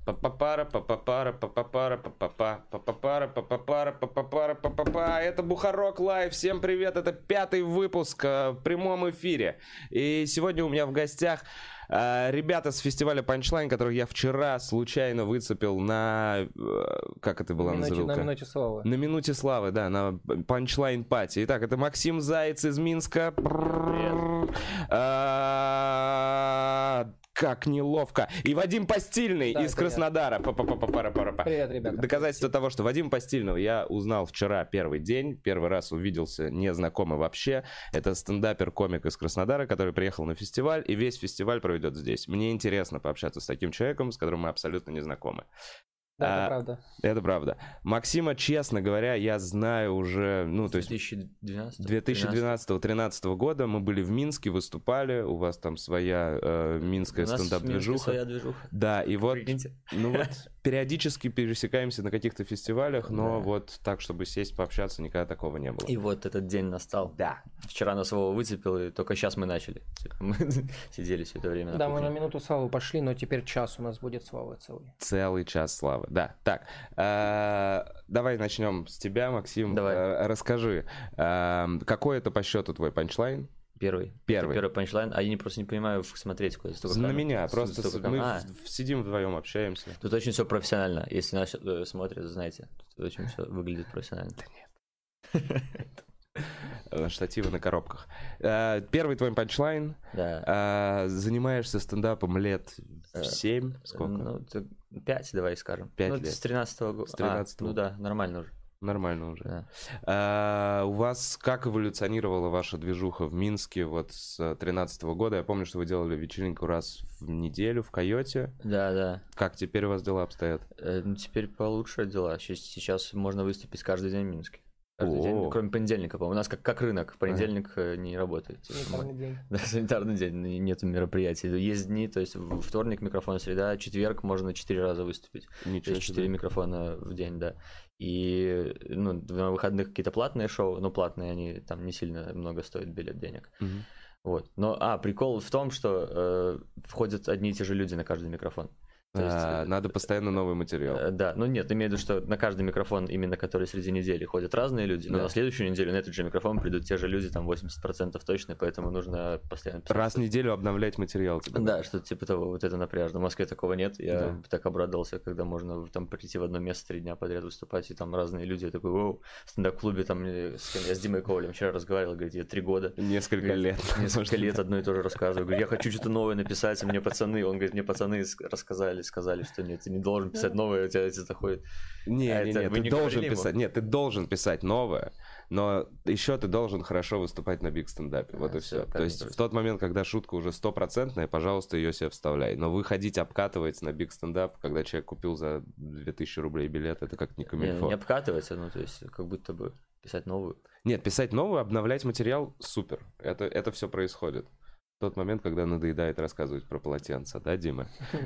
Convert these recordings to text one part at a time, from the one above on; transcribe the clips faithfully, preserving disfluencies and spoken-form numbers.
Папапара, папапара, папапара, папапа, папапара, папапара, папапара, папапа. Это Бухарок Лайв. Всем привет. Это пятый выпуск в прямом эфире. И сегодня у меня в гостях ребята с фестиваля Punchline, которых я вчера случайно выцепил на... Как это была называлка? На минуте славы. На минуте славы, да, на Punchline Пати. Итак, это Максим Заяц из Минска. Привет. Как неловко. И Вадим Постильный да, из Краснодара. Привет, ребята. Доказательство того, что Вадим Постильного я узнал вчера первый день. Первый раз увиделся незнакомый вообще. Это стендапер-комик из Краснодара, который приехал на фестиваль и весь фестиваль проведет здесь. Мне интересно пообщаться с таким человеком, с которым мы абсолютно не знакомы. Да, а, это правда. Это правда. Максима, честно говоря, я знаю уже, ну, то есть... две тысячи двенадцатого две тысячи двенадцатого-тринадцатого года мы были в Минске, выступали, у вас там своя э, минская стендап-движуха. своя движуха. Да, и вот, Прикиньте. ну вот, периодически пересекаемся на каких-то фестивалях, но Да. вот так, чтобы сесть, пообщаться, никогда такого не было. И вот этот день настал. Да. Вчера нас его выцепил, и только сейчас мы начали. Типа, мы сидели все это время на Да, мы кухне. на минуту славы пошли, но теперь час у нас будет славы целый. Целый час славы. Да, так, э, давай начнем с тебя, Максим. Давай. Э, расскажи, э, какой это по счету твой панчлайн? Первый. Первый. Это первый панчлайн. А я не, просто не понимаю смотреть куда. Столько На камер. меня, С- просто столько с- кам- мы А, в- сидим вдвоем, общаемся. тут очень все профессионально. Если нас э, смотрят, знаете, тут очень все выглядит профессионально. Э, Штативы на коробках. Э, Первый твой панчлайн. Да. Э, Занимаешься стендапом лет Э, семь? Сколько? Ну, т- пять, давай скажем. Пять ну, лет. С тринадцатого года. С тринадцатого. ну да, нормально уже. Нормально уже. Да. А, у вас как эволюционировала ваша движуха в Минске вот с тринадцатого года? Я помню, что вы делали вечеринку раз в неделю в Койоте. Да, да. Как теперь у вас дела обстоят? Э, Ну, теперь получше дела. Щас- Сейчас можно выступить каждый день в Минске. Каждый О. день, кроме понедельника, по-моему. У нас как, как рынок. Понедельник э, не работает. Санитарный день. Да, санитарный день, и нету мероприятий. Есть дни, то есть в- вторник микрофон, среда, четверг можно четыре раза выступить. То Ничего есть четыре себе. микрофона в день, да. И ну, на выходных какие-то платные шоу, но платные они там не сильно много стоят билет денег. Мгм. Вот. Но, а, прикол в том, что э, входят одни и те же люди на каждый микрофон. То есть, А, э, надо постоянно новый материал. Э, Да, ну нет, имею в виду, что на каждый микрофон, именно который среди недели, ходят разные люди, но Да. на следующую неделю на этот же микрофон придут те же люди, там восемьдесят процентов точно, поэтому нужно постоянно писать. Раз в неделю обновлять материал тебе. Да, что-то типа того, вот это напряжно. В Москве такого нет. Я Да. так обрадовался, когда можно там прийти в одно место три дня подряд выступать, и там разные люди. Я такой, воу, в стендап-клубе там мне- с кем я с Димой Ковалем вчера разговаривал, говорит, я три года. Несколько Говорит, лет. Несколько лет одно и то же рассказываю. Говорю, я хочу что-то новое написать, а мне пацаны, он говорит, мне пацаны с- рассказали, сказали, что нет, ты не должен писать новое, у тебя это заходит. Не, А не, это не, вы ты не должен говорили ему? писать. Нет, ты должен писать новое, но еще ты должен хорошо выступать на биг стендапе. Вот А, и всё, все. как То есть интересно. в тот момент, когда шутка уже стопроцентная, пожалуйста, ее себе вставляй. Но выходить обкатывать на биг стендап, когда человек купил за две тысячи рублей билет, это как не Не, камильфо. не обкатывается, ну то есть как будто бы писать новую. Нет, писать новую, обновлять материал супер. Это, это все происходит. В тот момент, когда надоедает рассказывать про полотенца, да, Дима?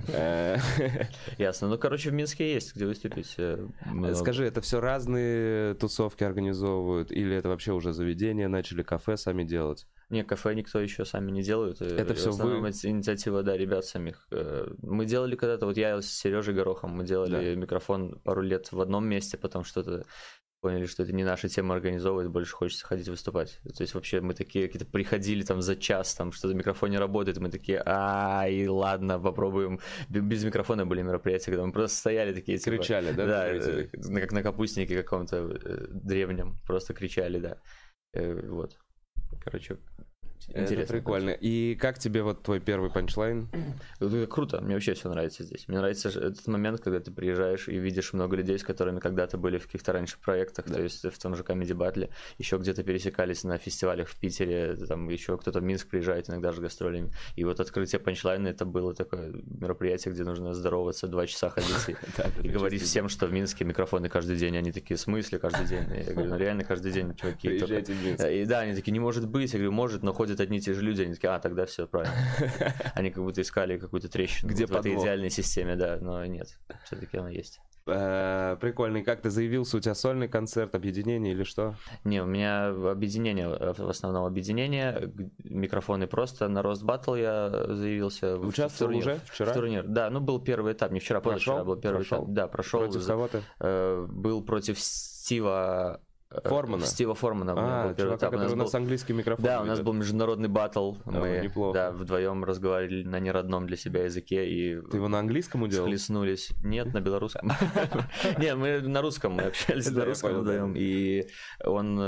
Э, Ясно. Ну, короче, в Минске есть где выступить. э, много. Скажи, это все разные тусовки организовывают, или это вообще уже заведения начали кафе сами делать? Не, кафе никто еще сами не делают. э, Это в всё основном вы? это инициатива, да, ребят самих. Э, Мы делали когда-то, вот я с Сережей Горохом, мы делали микрофон пару лет в одном месте, потом что-то поняли, что это не наша тема организовывать, больше хочется ходить выступать. То есть вообще мы такие какие-то приходили там за час, там что-то микрофон не работает, мы такие, ай, ладно, попробуем. Б- Без микрофона были мероприятия, когда мы просто стояли такие, типа, Кричали, да? да, зрители? э, на- как на капустнике каком-то э, древнем, просто кричали, да. Э, Вот. Короче, Это интересно. прикольно. И как тебе вот твой первый панчлайн? Это круто, мне вообще все нравится здесь. Мне нравится ж- этот момент, когда ты приезжаешь и видишь много людей, с которыми когда-то были в каких-то раньше проектах, то есть в том же Comedy Battle, еще где-то пересекались на фестивалях в Питере, там еще кто-то в Минск приезжает иногда же гастролями. И вот открытие панчлайна, это было такое мероприятие, где нужно здороваться, два часа ходить и- Да, и говорить чувствую. всем, что в Минске микрофоны каждый день. Они такие, в смысле каждый день? Я говорю, ну реально каждый день, чуваки. только- Приезжайте в Минск. И да, они такие, не может быть. Я говорю, может, но ходят одни и те же люди. Они такие, а, тогда все правильно. Они как будто искали какую-то трещину Где вот в этой подвох? идеальной системе, да, но нет, все-таки она есть. Э, прикольный. Как ты заявился? У тебя сольный концерт, объединение или что? Не, у меня объединение, в основном объединение, микрофоны просто. На Рост Баттл я заявился. Участвовал в турнир, уже вчера? В турнир. Да, ну был первый этап, не вчера, позавчера был первый прошел? этап. Да, прошел. Против кого ты? Э, был против Стива... Формана? Стива Формана. А, чувака, который у нас был... английский микрофон. Да, у нас был международный баттл. Да, мы неплохо. Да, вдвоем разговаривали на неродном для себя языке. И ты его на английском делал? Схлестнулись. Нет, на белорусском. Не, мы на русском, мы общались на русском вдвоем. И он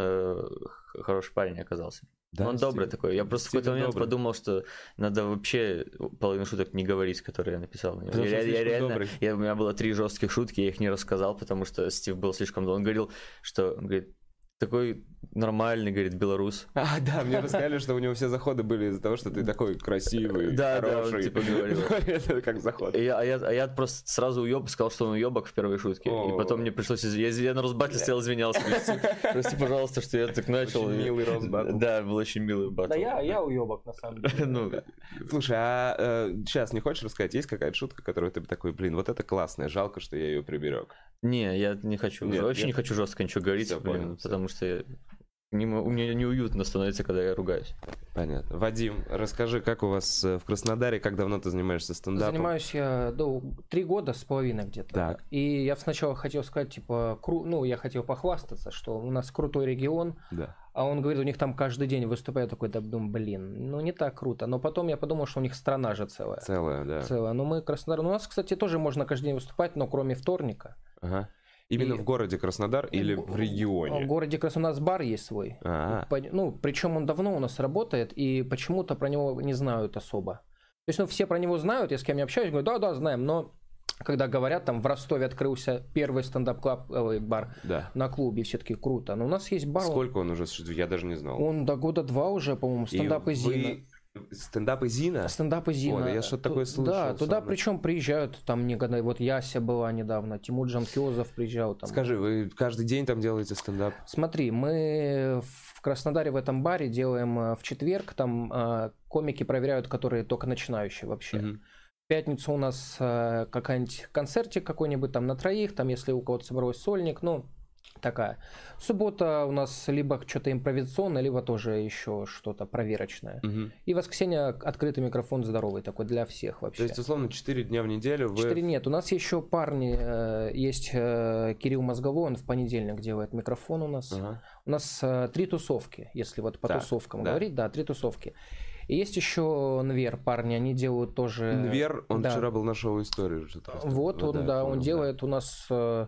хороший парень оказался. Он добрый такой. Я просто в какой-то момент подумал, что надо вообще половину шуток не говорить, которые я написал. Я реально, у меня было три жестких шутки, я их не рассказал, потому что Стив был слишком... Он говорил, что... Он говорит, такой нормальный, говорит, белорус. А, да, мне рассказали, что у него все заходы были из-за того, что ты такой красивый, да, хороший. Да, он типа говорил. Это как заход. И я, а, я, а я просто сразу уеб, сказал, что он уебок в первой шутке. О-о-о. И потом мне пришлось... Я, я на Росбатле стоял, извинялся. Прости, пожалуйста, что я так начал. Очень милый Росбатл. Да, был очень милый баттл. Да я, я уебок, на самом деле. ну, Слушай, а э, сейчас не хочешь рассказать, есть какая-то шутка, которую ты такой, блин, вот это классная, жалко, что я ее приберег? Не, я не хочу. Нет, вообще нет? не хочу жестко ничего говорить, Всё, блин, понял, потому что... Я... Не, у меня неуютно становится, когда я ругаюсь. Понятно. Вадим, расскажи, как у вас в Краснодаре, как давно ты занимаешься стендапом? Занимаюсь я ну, три года с половиной где-то. Так. И я сначала хотел сказать, типа, кру... ну, я хотел похвастаться, что у нас крутой регион. Да. А он говорит, у них там каждый день выступает, такой, да, думаю, блин, ну не так круто. Но потом я подумал, что у них страна же целая. Целая, да. Целая. Но мы Краснодар, ну, у нас, кстати, тоже можно каждый день выступать, но кроме вторника. Ага. Именно И... в городе Краснодар или в регионе? В городе Краснодар у нас бар есть свой. А-а. Ну, причем он давно у нас работает, и почему-то про него не знают особо. То есть, ну, все про него знают, я с кем не общаюсь, говорю, да-да, знаем, но когда говорят, там в Ростове открылся первый стендап-клаб, э, бар да. на клубе, все-таки круто. Но у нас есть бар... Сколько он уже существует? Я даже не знал. Он до года два уже, по-моему, стендап и Зина. Стендап и Зина? Стендап и Зина. О, да я что-то такое слышал. Да, туда сам. причем приезжают, там никогда, вот Яся была недавно, Тимур Джанкиозов приезжал. Там. Скажи, вы каждый день там делаете стендап? Смотри, мы в Краснодаре в этом баре делаем в четверг, там комики проверяют, которые только начинающие вообще. Mm-hmm. В пятницу у нас какой-нибудь концертик какой-нибудь там на троих, там если у кого-то собралось сольник, ну... Такая. Суббота у нас либо что-то импровизационное, либо тоже еще что-то проверочное. Угу. И воскресенье открытый микрофон здоровый такой для всех вообще. То есть, условно, четыре дня в неделю вы... четыре нет. У нас еще парни, э, есть э, Кирилл Мозговой, он в понедельник делает микрофон у нас. Ага. У нас э, три тусовки, если вот по так, тусовкам да. говорить. Да, три тусовки. И есть еще Нвер, парни, они делают тоже... Нвер, он да. вчера был на шоу «История». Вот, ну, он, да, да, понял, он да. делает у нас... Э,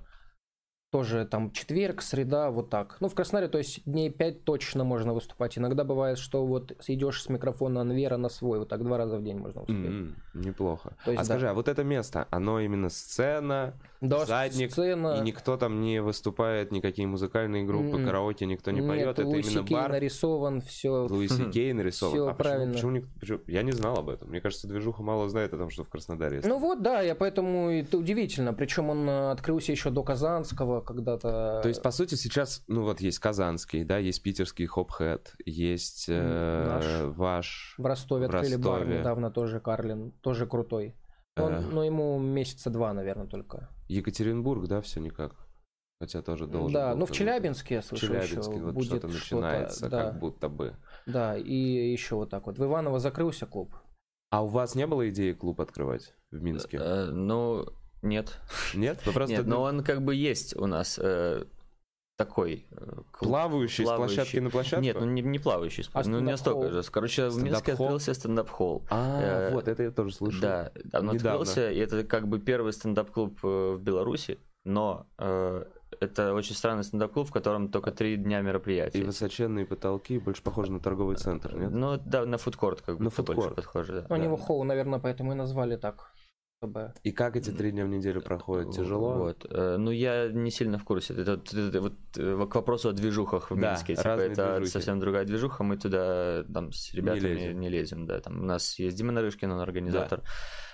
тоже там четверг, среда, вот так. Ну, в Краснодаре, то есть дней пять точно можно выступать. Иногда бывает, что вот идешь с микрофона Нвера на свой, вот так два раза в день можно выступать. Mm-hmm. Неплохо. То есть, а да. скажи, а вот это место, оно именно сцена, да, задник, сцена... и никто там не выступает, никакие музыкальные группы, mm-hmm. караоке никто не поет, Нет, это Луиси именно Кей бар. нарисован, все. Луиси Кей нарисован. Все а правильно. Почему, почему, почему? Я не знал об этом. Мне кажется, движуха мало знает о том, что в Краснодаре есть. Ну вот, да, я поэтому это удивительно. Причем он открылся еще до Казанского когда-то. То есть, по сути, сейчас, ну вот есть Казанский, да, есть питерский Хопхэт, есть э, Наш. ваш. В Ростове в открыли Ростове. бар недавно тоже, Карлин, тоже крутой. Но, Э. но ему месяца два, наверное, только. Екатеринбург, да, все никак. Хотя тоже должен. Да, был, ну в Челябинске, я слышал, Челябинске еще вот будет что-то начинается, что-то, да. как будто бы. Да, и еще вот так вот. В Иваново закрылся клуб. А у вас не было идеи клуб открывать в Минске? Э, ну, нет. Нет? Вы просто... Нет, но он как бы есть у нас э, такой э, клуб. Плавающий, Плавающий. с площадки на площадку? Нет, ну не, не плавающий. А ну не настолько же. Короче, в Минске Стендап-холл? открылся стендап-холл. А, Э, вот, это я тоже слышал. Да, он Недавно. открылся, и это как бы первый стендап-клуб э, в Беларуси, но э, это очень странный стендап-клуб, в котором только три дня мероприятий. И высоченные потолки, больше похоже на торговый центр, нет? Ну да, на фудкорт как бы На больше фудкорт. похоже. Да. Ну, у Да. него холл, наверное, поэтому и назвали так. Чтобы... И как эти три дня в неделю проходят? Тяжело? Вот. Э, Ну, я не сильно в курсе. Это, это- это вот э, к вопросу о движухах в Да, Минске. Типа, разные это движухи. совсем другая движуха. Мы туда там с ребятами не лезем. лезем. не лезем. Да. Там у нас есть Дима Нарышкин, он организатор.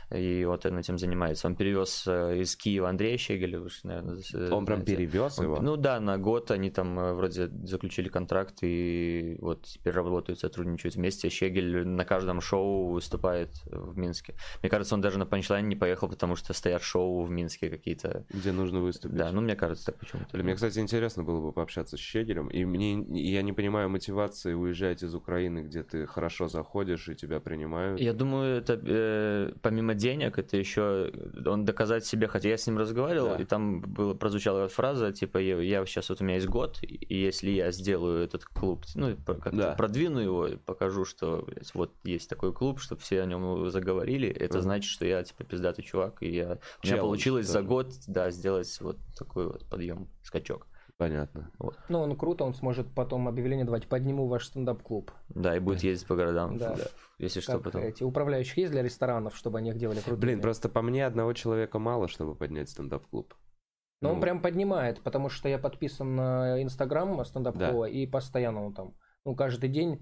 и вот он этим занимается. Он перевез из Киева Андрея Щегеля, вы же, наверное, Он прям перевез он, его? Ну да, на год они там вроде заключили контракт, и вот теперь работают, сотрудничают вместе. Щегель на каждом шоу выступает в Минске. Мне кажется, он даже на панчлайн не поехал, потому что стоят шоу в Минске какие-то. Где нужно выступить. Да, ну мне кажется так почему-то. Блин, мне, кстати, интересно было бы пообщаться с Щегелем, и мне, я не понимаю мотивации уезжать из Украины, где ты хорошо заходишь и тебя принимают. Я думаю, это э, помимо денег, это еще он доказать себе, хотя я с ним разговаривал, Да. и там было, прозвучала фраза, типа, я, я сейчас, вот у меня есть год, и если я сделаю этот клуб, ну, как-то Да. продвину его, покажу, что, блядь, вот есть такой клуб, чтобы все о нем заговорили, это Мгм. значит, что я, типа, пиздатый чувак, и я, у меня Челлендж получилось тоже. за год, да, сделать вот такой вот подъем, скачок. Понятно. Ну, он круто, он сможет потом объявление давать, подниму ваш стендап-клуб. Да, и будет ездить по городам, Да. если что, Как потом. эти управляющих есть для ресторанов, чтобы они их делали крутыми. Блин, просто по мне одного человека мало, чтобы поднять стендап-клуб. Но Ну, он прям поднимает, потому что я подписан на Инстаграм стендап-клуба, и постоянно он там, ну, каждый день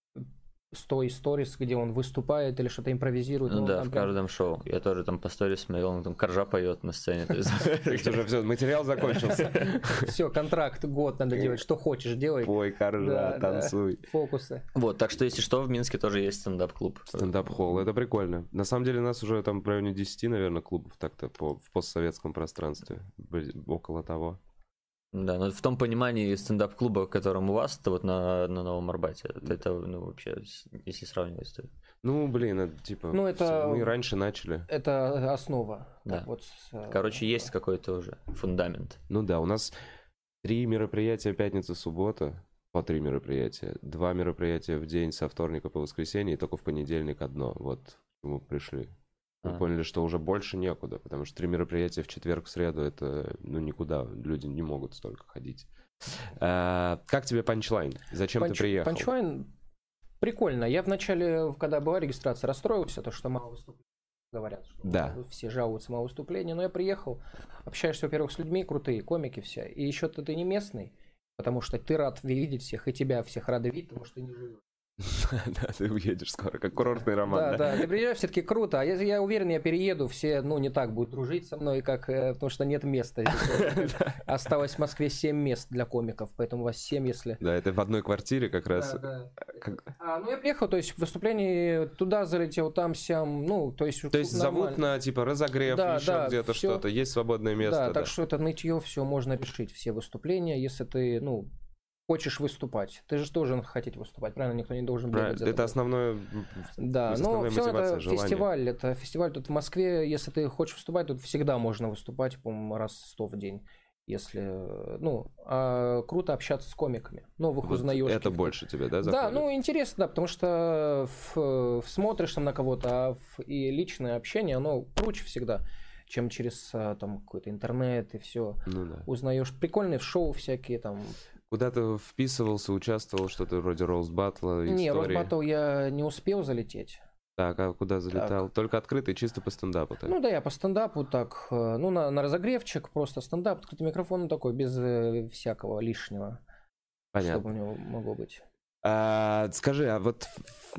сто сторис, где он выступает или что-то импровизирует. Ну он да, там в прям- каждом шоу. Я тоже там по сторис смотрел, он там коржа поет на сцене. то есть- Это уже все, материал закончился. Все, контракт, год надо делать, что хочешь, делай. Пой, коржа, Да, да. танцуй. Фокусы. Вот, так что, если что, в Минске тоже есть стендап-клуб. Стендап-холл, это прикольно. На самом деле нас уже там в районе десяти, наверное, клубов так-то по, в постсоветском пространстве. Блин, около того. Да, но в том понимании стендап-клуба, в котором у вас, это вот на, на Новом Арбате, это, это, ну, вообще, с- если сравнивать, то... Ну, блин, это типа... Ну, это- Мы раньше начали. Это основа. Да. Так вот с, э, Короче, есть какой-то уже фундамент. Ну да, у нас три мероприятия пятница-суббота, по три мероприятия. Два мероприятия в день со вторника по воскресенье, и только в понедельник одно. Вот мы пришли. Мы А. поняли, что уже больше некуда, потому что три мероприятия в четверг, в среду, это, ну, никуда. Люди не могут столько ходить. А, как тебе панчлайн? Зачем Панч- ты приехал? Панчлайн прикольно. Я вначале, когда была регистрация, расстроился, то, что мало выступлений. Говорят, что Да. все жалуются мало выступлений. Но я приехал, общаешься, во-первых, с людьми, крутые комики все. И еще ты, ты не местный, потому что ты рад видеть всех, и тебя всех рады видеть, потому что ты не живешь. Да, ты уедешь скоро, как курортный роман, Да, да? да, ты приезжаешь, все-таки круто. А я, я уверен, я перееду, все, ну, не так будут дружить со мной, как, э, потому что нет места. здесь. Осталось в Москве семь мест для комиков, поэтому у вас семь, если... Да, это в одной квартире как раз. Да, да. Как- А, ну, я приехал, то есть в выступлении туда залетел, там, сям, ну, то есть... То есть зовут нормально. на, типа, разогрев, Да, еще да, где-то всё. что-то, есть свободное место. Да, Да, так что это нытье все можно решить, все выступления, если ты, ну, хочешь выступать. Ты же должен хотеть выступать, правильно? Никто не должен бегать Правильно, за это тобой. основное, м, Да, основная но все мотивация, это желание. фестиваль, это фестиваль тут в Москве, если ты хочешь выступать, тут всегда можно выступать, по-моему, раз сто в день. Если, ну, а круто общаться с комиками, новых Вот узнаешь. это каких-то. больше тебе, да, Да, заходит? ну интересно, да, потому что в- в- смотришь там на кого-то, а в- и личное общение, оно круче всегда, чем через а, там какой-то интернет и все. Ну да. Узнаешь прикольные шоу всякие там. Куда ты вписывался, участвовал, что-то вроде роуст батла, Не, истории? Росбаттл я не успел залететь. Так, а куда залетал? Только открытый, чисто по стендапу. Так. Ну да, я по стендапу так, э, ну на, на разогревчик, просто стендап, открытый микрофон, ну такой, без э, всякого лишнего, Понятно. чтобы у него могло быть. А, скажи, а вот в,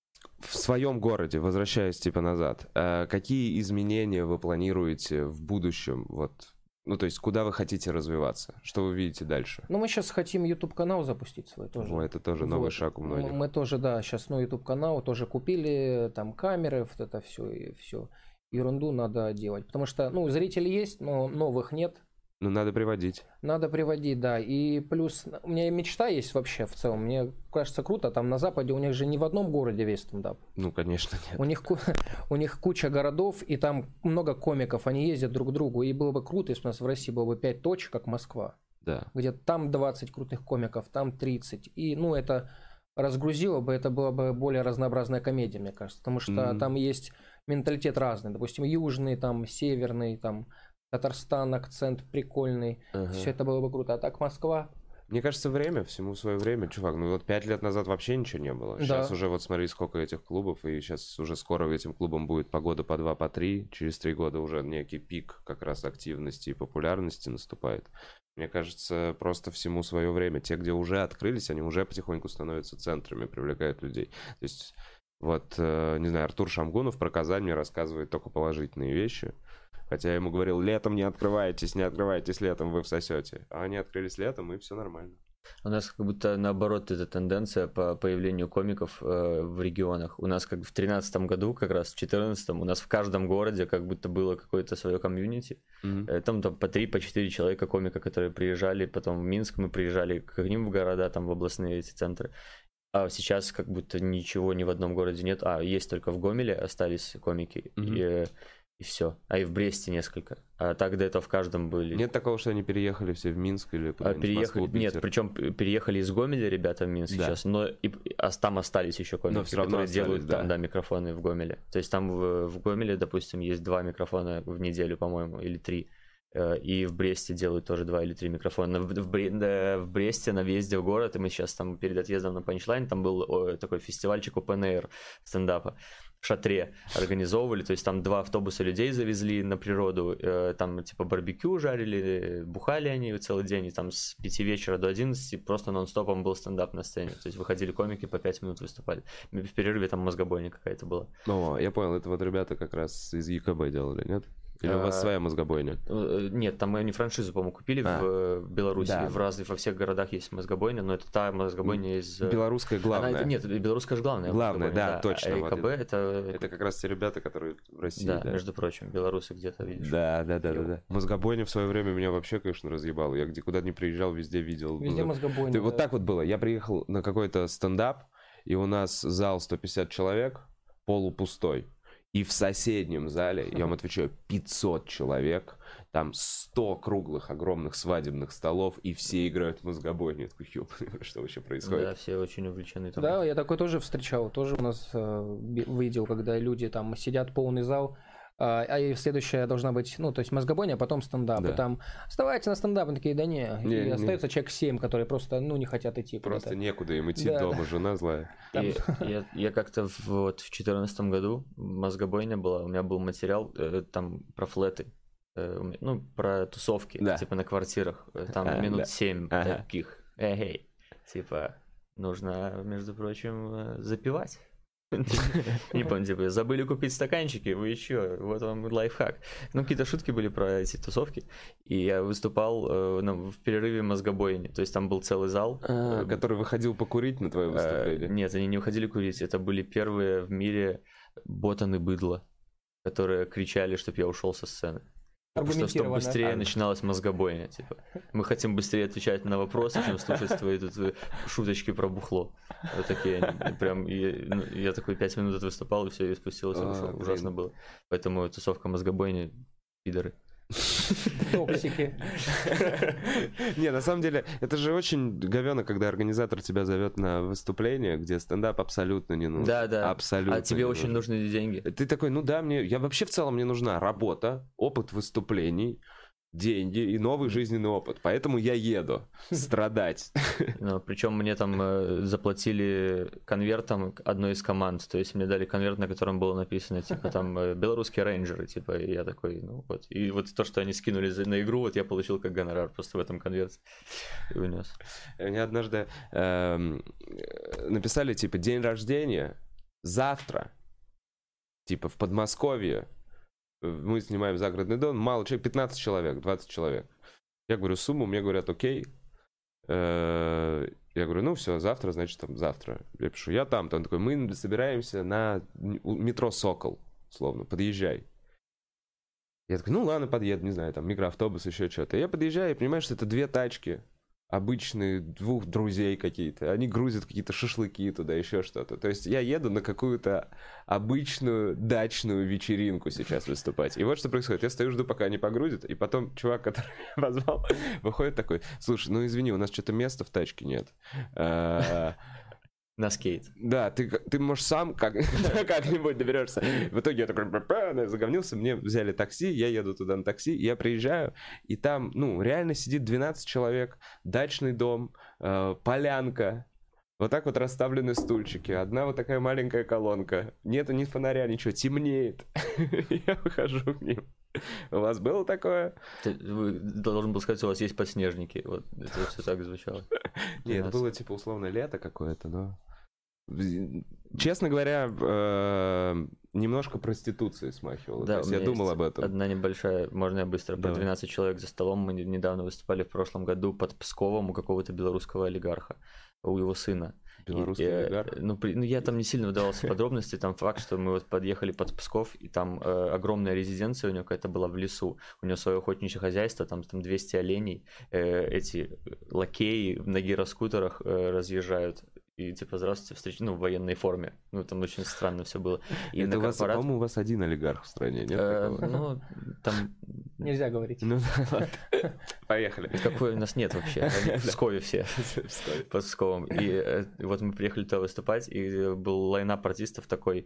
в своем городе, возвращаясь типа назад, а какие изменения вы планируете в будущем? Вот, ну то есть куда вы хотите развиваться? Что вы видите дальше? Ну мы сейчас хотим YouTube-канал запустить свой тоже. О, это тоже новый Вот. шаг у Мы, многих. мы тоже, да, сейчас, ну, YouTube-канал тоже купили, там камеры, вот это все, и все. Ерунду надо делать. Потому что, ну, зрители есть, но новых нет. Ну надо приводить. Надо приводить, да. И плюс, у меня мечта есть вообще в целом. Мне кажется круто, там на Западе у них же не в одном городе весь стендап. Ну, конечно, нет. У них, ку- у них куча городов, и там много комиков, они ездят друг к другу. И было бы круто, если у нас в России было бы пять точек, как Москва. Да. Где там двадцать крутых комиков, там тридцать. И, ну, это разгрузило бы, это была бы более разнообразная комедия, мне кажется. Потому что Мгм. там есть менталитет разный. Допустим, южный, там, северный, там, Татарстан, акцент прикольный. Ага. Все это было бы круто. А так Москва... Мне кажется, время, всему свое время, чувак. Ну вот пять лет назад вообще ничего не было. Сейчас Да. уже вот смотри, сколько этих клубов, и сейчас уже скоро этим клубам будет по году по два, по три. Через три года уже некий пик как раз активности и популярности наступает. Мне кажется, просто всему свое время. Те, где уже открылись, они уже потихоньку становятся центрами, привлекают людей. То есть Вот, не знаю, Артур Шамгунов про Казань мне рассказывает только положительные вещи. Хотя я ему говорил, летом не открывайтесь, не открывайтесь летом, вы всосете. А они открылись летом, и все нормально. У нас как будто наоборот эта тенденция по появлению комиков э, в регионах. У нас как в тринадцатом году, как раз в четырнадцатом, у нас в каждом городе как будто было какое-то свое комьюнити. Mm-hmm. Там, там по три, по четыре человека комика, которые приезжали, потом в Минск мы приезжали к ним в города, там в областные эти центры. А сейчас как будто ничего ни в одном городе нет. А, есть только в Гомеле остались комики. Mm-hmm. И, и все. А и в Бресте несколько. А так до этого в каждом были. Нет такого, что они переехали все в Минск или а переехали... в Москву, Нет, причем переехали из Гомеля ребята в Минск да. сейчас, но и, а там остались еще комики, которые остались, делают да. там да, микрофоны в Гомеле. То есть там в, в Гомеле, допустим, есть два микрофона в неделю, по-моему, или три. И в Бресте делают тоже два или три микрофона. В, в, в Бресте на въезде в город, и мы сейчас там перед отъездом на Панчлайн, там был о, такой фестивальчик Open Air стендапа. В шатре организовывали, то есть там два автобуса людей завезли на природу, э, там типа барбекю жарили, бухали они целый день, и там с пяти вечера до одиннадцати просто нон-стопом был стендап на сцене, то есть выходили комики, по пять минут выступали. В перерыве там мозгобойня какая-то была. О, я понял, это вот ребята как раз из ЕКБ делали, нет? Или у вас своя мозгобойня? Нет, там они франшизу, по-моему, купили а, в Беларуси. Да. В разных, во всех городах есть мозгобойня, но это та мозгобойня из... Белорусская главная. Она, нет, белорусская же главная. Главная, да, да, точно. А ЕКБ вот. это... Это как раз те ребята, которые в России. Да, да. между прочим, белорусы где-то, видишь. Да, да, да, да, да. Мозгобойня в свое время меня вообще, конечно, разъебала. Я где куда ни приезжал, везде видел. Везде мозгобойня. Да. Вот так вот было. Я приехал на какой-то стендап, и у нас зал сто пятьдесят человек, полупустой. И в соседнем зале, я вам отвечаю, пятьсот человек, там сто круглых огромных свадебных столов, и все играют в мозгобойню. Я такой, ёбаный, что вообще происходит? Да, все очень увлечены. Там. Да, я такой тоже встречал, тоже у нас э, видел, когда люди там сидят, полный зал, а, а следующая должна быть, ну, то есть мозгобойня, а потом стендап. Да. И там, вставайте на стендап, они такие, да не. не и не. Остается человек семь, которые просто, ну, не хотят идти. Просто куда-то. Некуда им идти, да, дома да. жена злая. И, я, я как-то вот в четырнадцатом году мозгобойня была, у меня был материал э, там про флеты, э, ну, про тусовки, да. типа на квартирах, там а, минут да. семь ага. таких. Эй, типа, нужно, между прочим, запивать. Не помню, типа, забыли купить стаканчики, вы еще, вот вам лайфхак. Ну, какие-то шутки были про эти тусовки, и я выступал э, ну, в перерыве мозгобойни, то есть там был целый зал. А, который выходил покурить на твое выступление? Э, нет, они не выходили курить, это были первые в мире ботаны быдла, которые кричали, чтобы я ушел со сцены. Что, чтобы быстрее начиналась мозгобойня, типа. Мы хотим быстрее отвечать на вопросы, чем слушать твои тут шуточки про бухло. Вот такие, прям, я, ну, я такой пять минут выступал, и все, и спустился, и ушел. Ужасно было. Поэтому тусовка мозгобойни, пидоры. Токсики. Не, на самом деле, это же очень говёно, когда организатор тебя зовет на выступление, где стендап абсолютно не нужен. Да, да. Абсолютно. А тебе очень нужны деньги. Ты такой, ну да, мне, я вообще в целом мне нужна работа, опыт выступлений, деньги и новый жизненный опыт. Поэтому я еду страдать. Ну, причем мне там э, заплатили конвертом одной из команд. То есть мне дали конверт, на котором было написано, типа, там, э, белорусские рейнджеры, типа, и я такой, ну вот. И вот то, что они скинули за, на игру, вот я получил как гонорар просто в этом конверте и унес. Мне однажды э, написали, типа, день рождения завтра, типа, в Подмосковье. Мы снимаем загородный дом, мало человек, пятнадцать человек, двадцать человек. Я говорю сумму, мне говорят, окей. Я говорю, ну все, завтра, значит, там, завтра. Я пишу, я там, там такой, мы собираемся на метро «Сокол», словно, подъезжай. Я такой, ну ладно, подъеду, не знаю, там, микроавтобус, еще что-то. Я подъезжаю и понимаю, что это две тачки. Обычные двух друзей какие-то. Они грузят какие-то шашлыки туда, еще что-то. То есть я еду на какую-то обычную дачную вечеринку сейчас выступать. И вот что происходит. Я стою, жду, пока они погрузят. И потом чувак, который меня позвал, выходит такой, слушай, ну извини, у нас что-то места в тачке нет. На скейт. Да, ты, ты можешь сам как, как-нибудь доберешься. В итоге я такой заговнился, мне взяли такси, я еду туда на такси, я приезжаю, и там, ну, реально сидит двенадцать человек, дачный дом, э, полянка, вот так вот расставлены стульчики, одна вот такая маленькая колонка, нету ни фонаря, ничего, темнеет. Я выхожу к ним. У вас было такое? Ты должен был сказать, у вас есть подснежники. Вот это все так звучало. Нет, было типа условно лето какое-то, но... честно говоря, немножко проституции смахивало. Да, То есть я думал об этом. Одна небольшая, можно я быстро, про двенадцать человек за столом. Мы недавно выступали в прошлом году под Псковом у какого-то белорусского олигарха, у его сына. Белорусский и, олигарх? Ну, при, ну, я там не сильно вдавался в подробности, там факт, что мы вот подъехали под Псков, и там э, огромная резиденция у него какая-то была в лесу, у него свое охотничье хозяйство, там, там двести оленей, э, эти лакеи на гироскутерах э, разъезжают, и типа, здравствуйте, встречи, ну, в военной форме. Ну, там очень странно все было. И это, у вас, корпорат... по-моему, у вас один олигарх в стране, нет? Э, ну, там... Нельзя говорить. Ну, ладно. Поехали. Какой у нас нет вообще. Они в Пскове все. Под Псковом. И вот мы приехали туда выступать, и был лайнап артистов такой.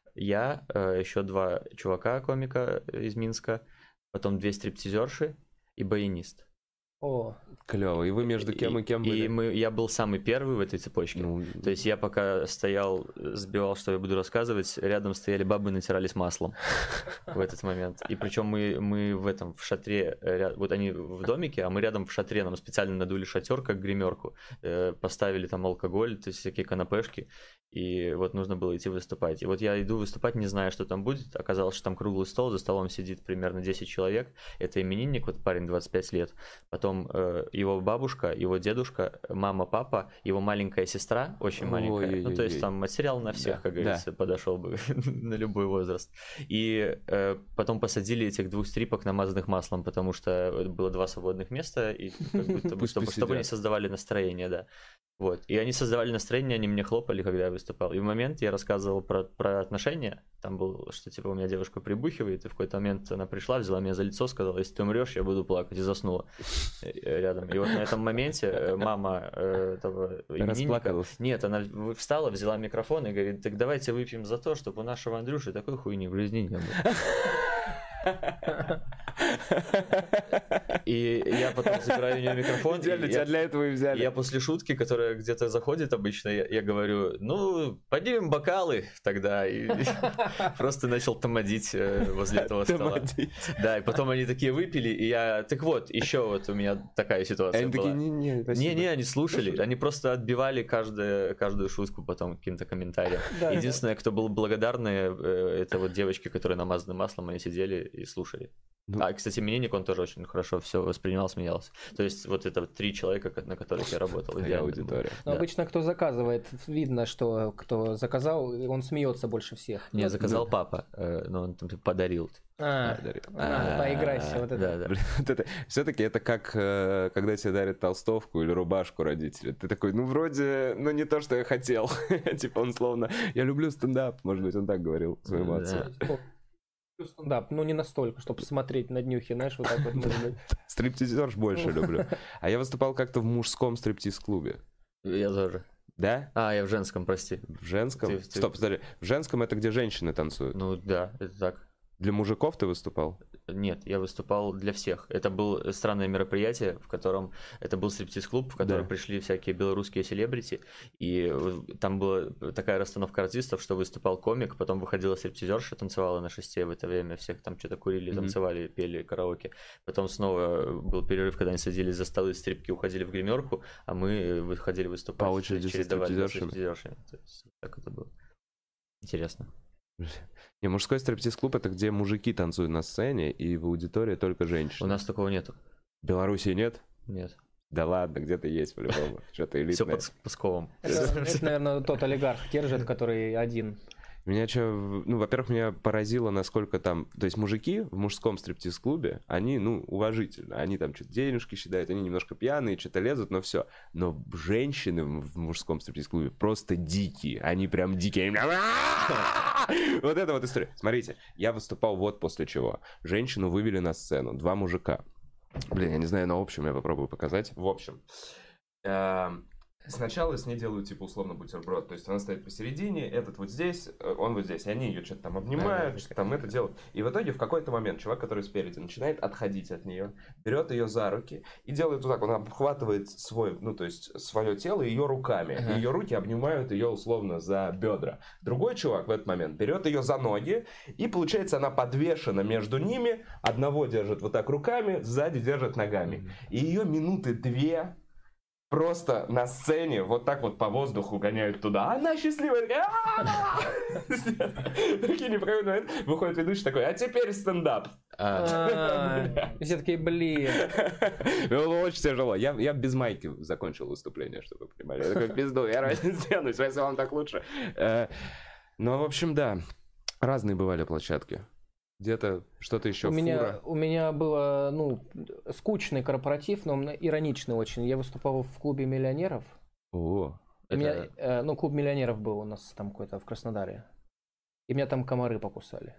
Я, еще два чувака, комика из Минска, потом две стриптизерши и баянист. О, клево. И вы между кем и, и кем были? И мы, я был самый первый в этой цепочке. Ну, то есть я пока стоял, сбивал, что я буду рассказывать, рядом стояли бабы и натирались маслом в этот момент. И причем мы, мы в этом, в шатре, вот они в домике, а мы рядом в шатре, нам специально надули шатер, как гримерку, поставили там алкоголь, то есть всякие канапешки, и вот нужно было идти выступать. И вот я иду выступать, не зная, что там будет. Оказалось, что там круглый стол, за столом сидит примерно десять человек. Это именинник, вот парень двадцать пять лет. Потом э, его бабушка, его дедушка, мама, папа, его маленькая сестра, очень маленькая. Ой, ну, то есть там материал на всех, да, как говорится, да, подошел бы на любой возраст. И э, потом посадили этих двух стрипок, намазанных маслом, потому что было два свободных места, и как будто бы, чтобы, чтобы они создавали настроение, да. Вот. И они создавали настроение, они мне хлопали, когда я выступал. И в момент я рассказывал про, про отношения. Там было, что типа у меня девушка прибухивает, и в какой-то момент она пришла, взяла меня за лицо, сказала: если ты умрешь, я буду плакать, и заснула рядом. И вот на этом моменте мама этого именинника... Нет, она встала, взяла микрофон и говорит: так давайте выпьем за то, чтобы у нашего Андрюши такой хуйни в жизни не было. И я потом забираю у нее микрофон. Идеально, тебя для этого и взяли. Я после шутки, которая где-то заходит обычно, я, я говорю: ну, поднимем бокалы тогда. И просто начал томадить возле этого стола. Да, и потом они такие выпили, и я: так вот, еще вот у меня такая ситуация они была. Такие, не-не, не-не, они слушали, они просто отбивали каждую, каждую шутку потом каким-то комментарием. Да, единственное, да, кто был благодарный, это вот девочки, которые намазаны маслом, они сидели и слушали. Ну... А, кстати, именинник, он тоже очень хорошо все воспринимал, смеялся. То есть вот это вот три человека, на которых я работал. Аудитория. Но да, обычно кто заказывает, видно, что кто заказал, он смеется больше всех. Не, заказал ну... папа, но он там подарил. А, а, поиграйся, вот это. Да, да. Блин, вот это. Все-таки это как, когда тебе дарят толстовку или рубашку родители. Ты такой: ну, вроде, ну, не то, что я хотел. Типа он словно: я люблю стендап. Может быть, он так говорил своему отцу. Стендап, ну не настолько, чтобы смотреть на днюхи, знаешь, вот так вот, может быть. Стриптизерш больше люблю. А я выступал как-то в мужском стриптиз-клубе. Я тоже. Да? А, я в женском, прости. В женском? Ты, Стоп, ты... подожди. В женском это где женщины танцуют? Ну да, это так. Для мужиков ты выступал? Нет, я выступал для всех. Это было странное мероприятие, в котором... Это был стриптиз-клуб, в который да. пришли всякие белорусские селебрити, и там была такая расстановка артистов, что выступал комик, потом выходила стриптизерша, танцевала на шесте в это время, всех там что-то курили, mm-hmm. танцевали, пели караоке. Потом снова был перерыв, когда они садились за столы, стрипки уходили в гримерку, а мы выходили выступать. По очереди со стриптизершами. Так это было. Интересно. Не, мужской стриптиз-клуб — это где мужики танцуют на сцене, и в аудитории только женщины. У нас такого нету. В Беларуси нет? Нет. Да ладно, где-то есть по-любому. Что-то элитное. Все под Псковом. Это, это, наверное, тот олигарх держит, который один. Меня что, ну, во-первых, меня поразило, насколько там, то есть мужики в мужском стриптиз-клубе, они, ну, уважительно, они там что-то денежки считают, они немножко пьяные, что-то лезут, но все. Но женщины в мужском стриптиз-клубе просто дикие, они прям дикие. Вот это вот история. Смотрите, я выступал вот после чего. Женщину вывели на сцену, два мужика. Блин, я не знаю, на общем я попробую показать. В общем. Сначала с ней делают, типа, условно, бутерброд. То есть она стоит посередине, этот вот здесь, он вот здесь. И они ее что-то там обнимают, что-то там это делают. И в итоге в какой-то момент чувак, который спереди, начинает отходить от нее, берет ее за руки и делает вот так. Он обхватывает свой, ну, то есть свое тело ее руками. Uh-huh. И ее руки обнимают ее, условно, за бедра. Другой чувак в этот момент берет ее за ноги, и, получается, она подвешена между ними. Одного держит вот так руками, сзади держит ногами. Uh-huh. И ее минуты две... просто на сцене вот так вот по воздуху гоняют туда. Она счастливая. Прикинь, выходит ведущий такой, а теперь стендап. Все такие, блин. Очень тяжело. Я без майки закончил выступление, чтобы вы понимали. Я такой, пизду, я ради сделаюсь, если вам так лучше. Ну, в общем, да. Разные бывали площадки. Где-то что-то еще. У меня, у меня было, ну, скучный корпоратив, но ироничный очень. Я выступал в клубе миллионеров. О, это... меня, э, ну, клуб миллионеров был у нас там какой-то в Краснодаре. И меня там комары покусали.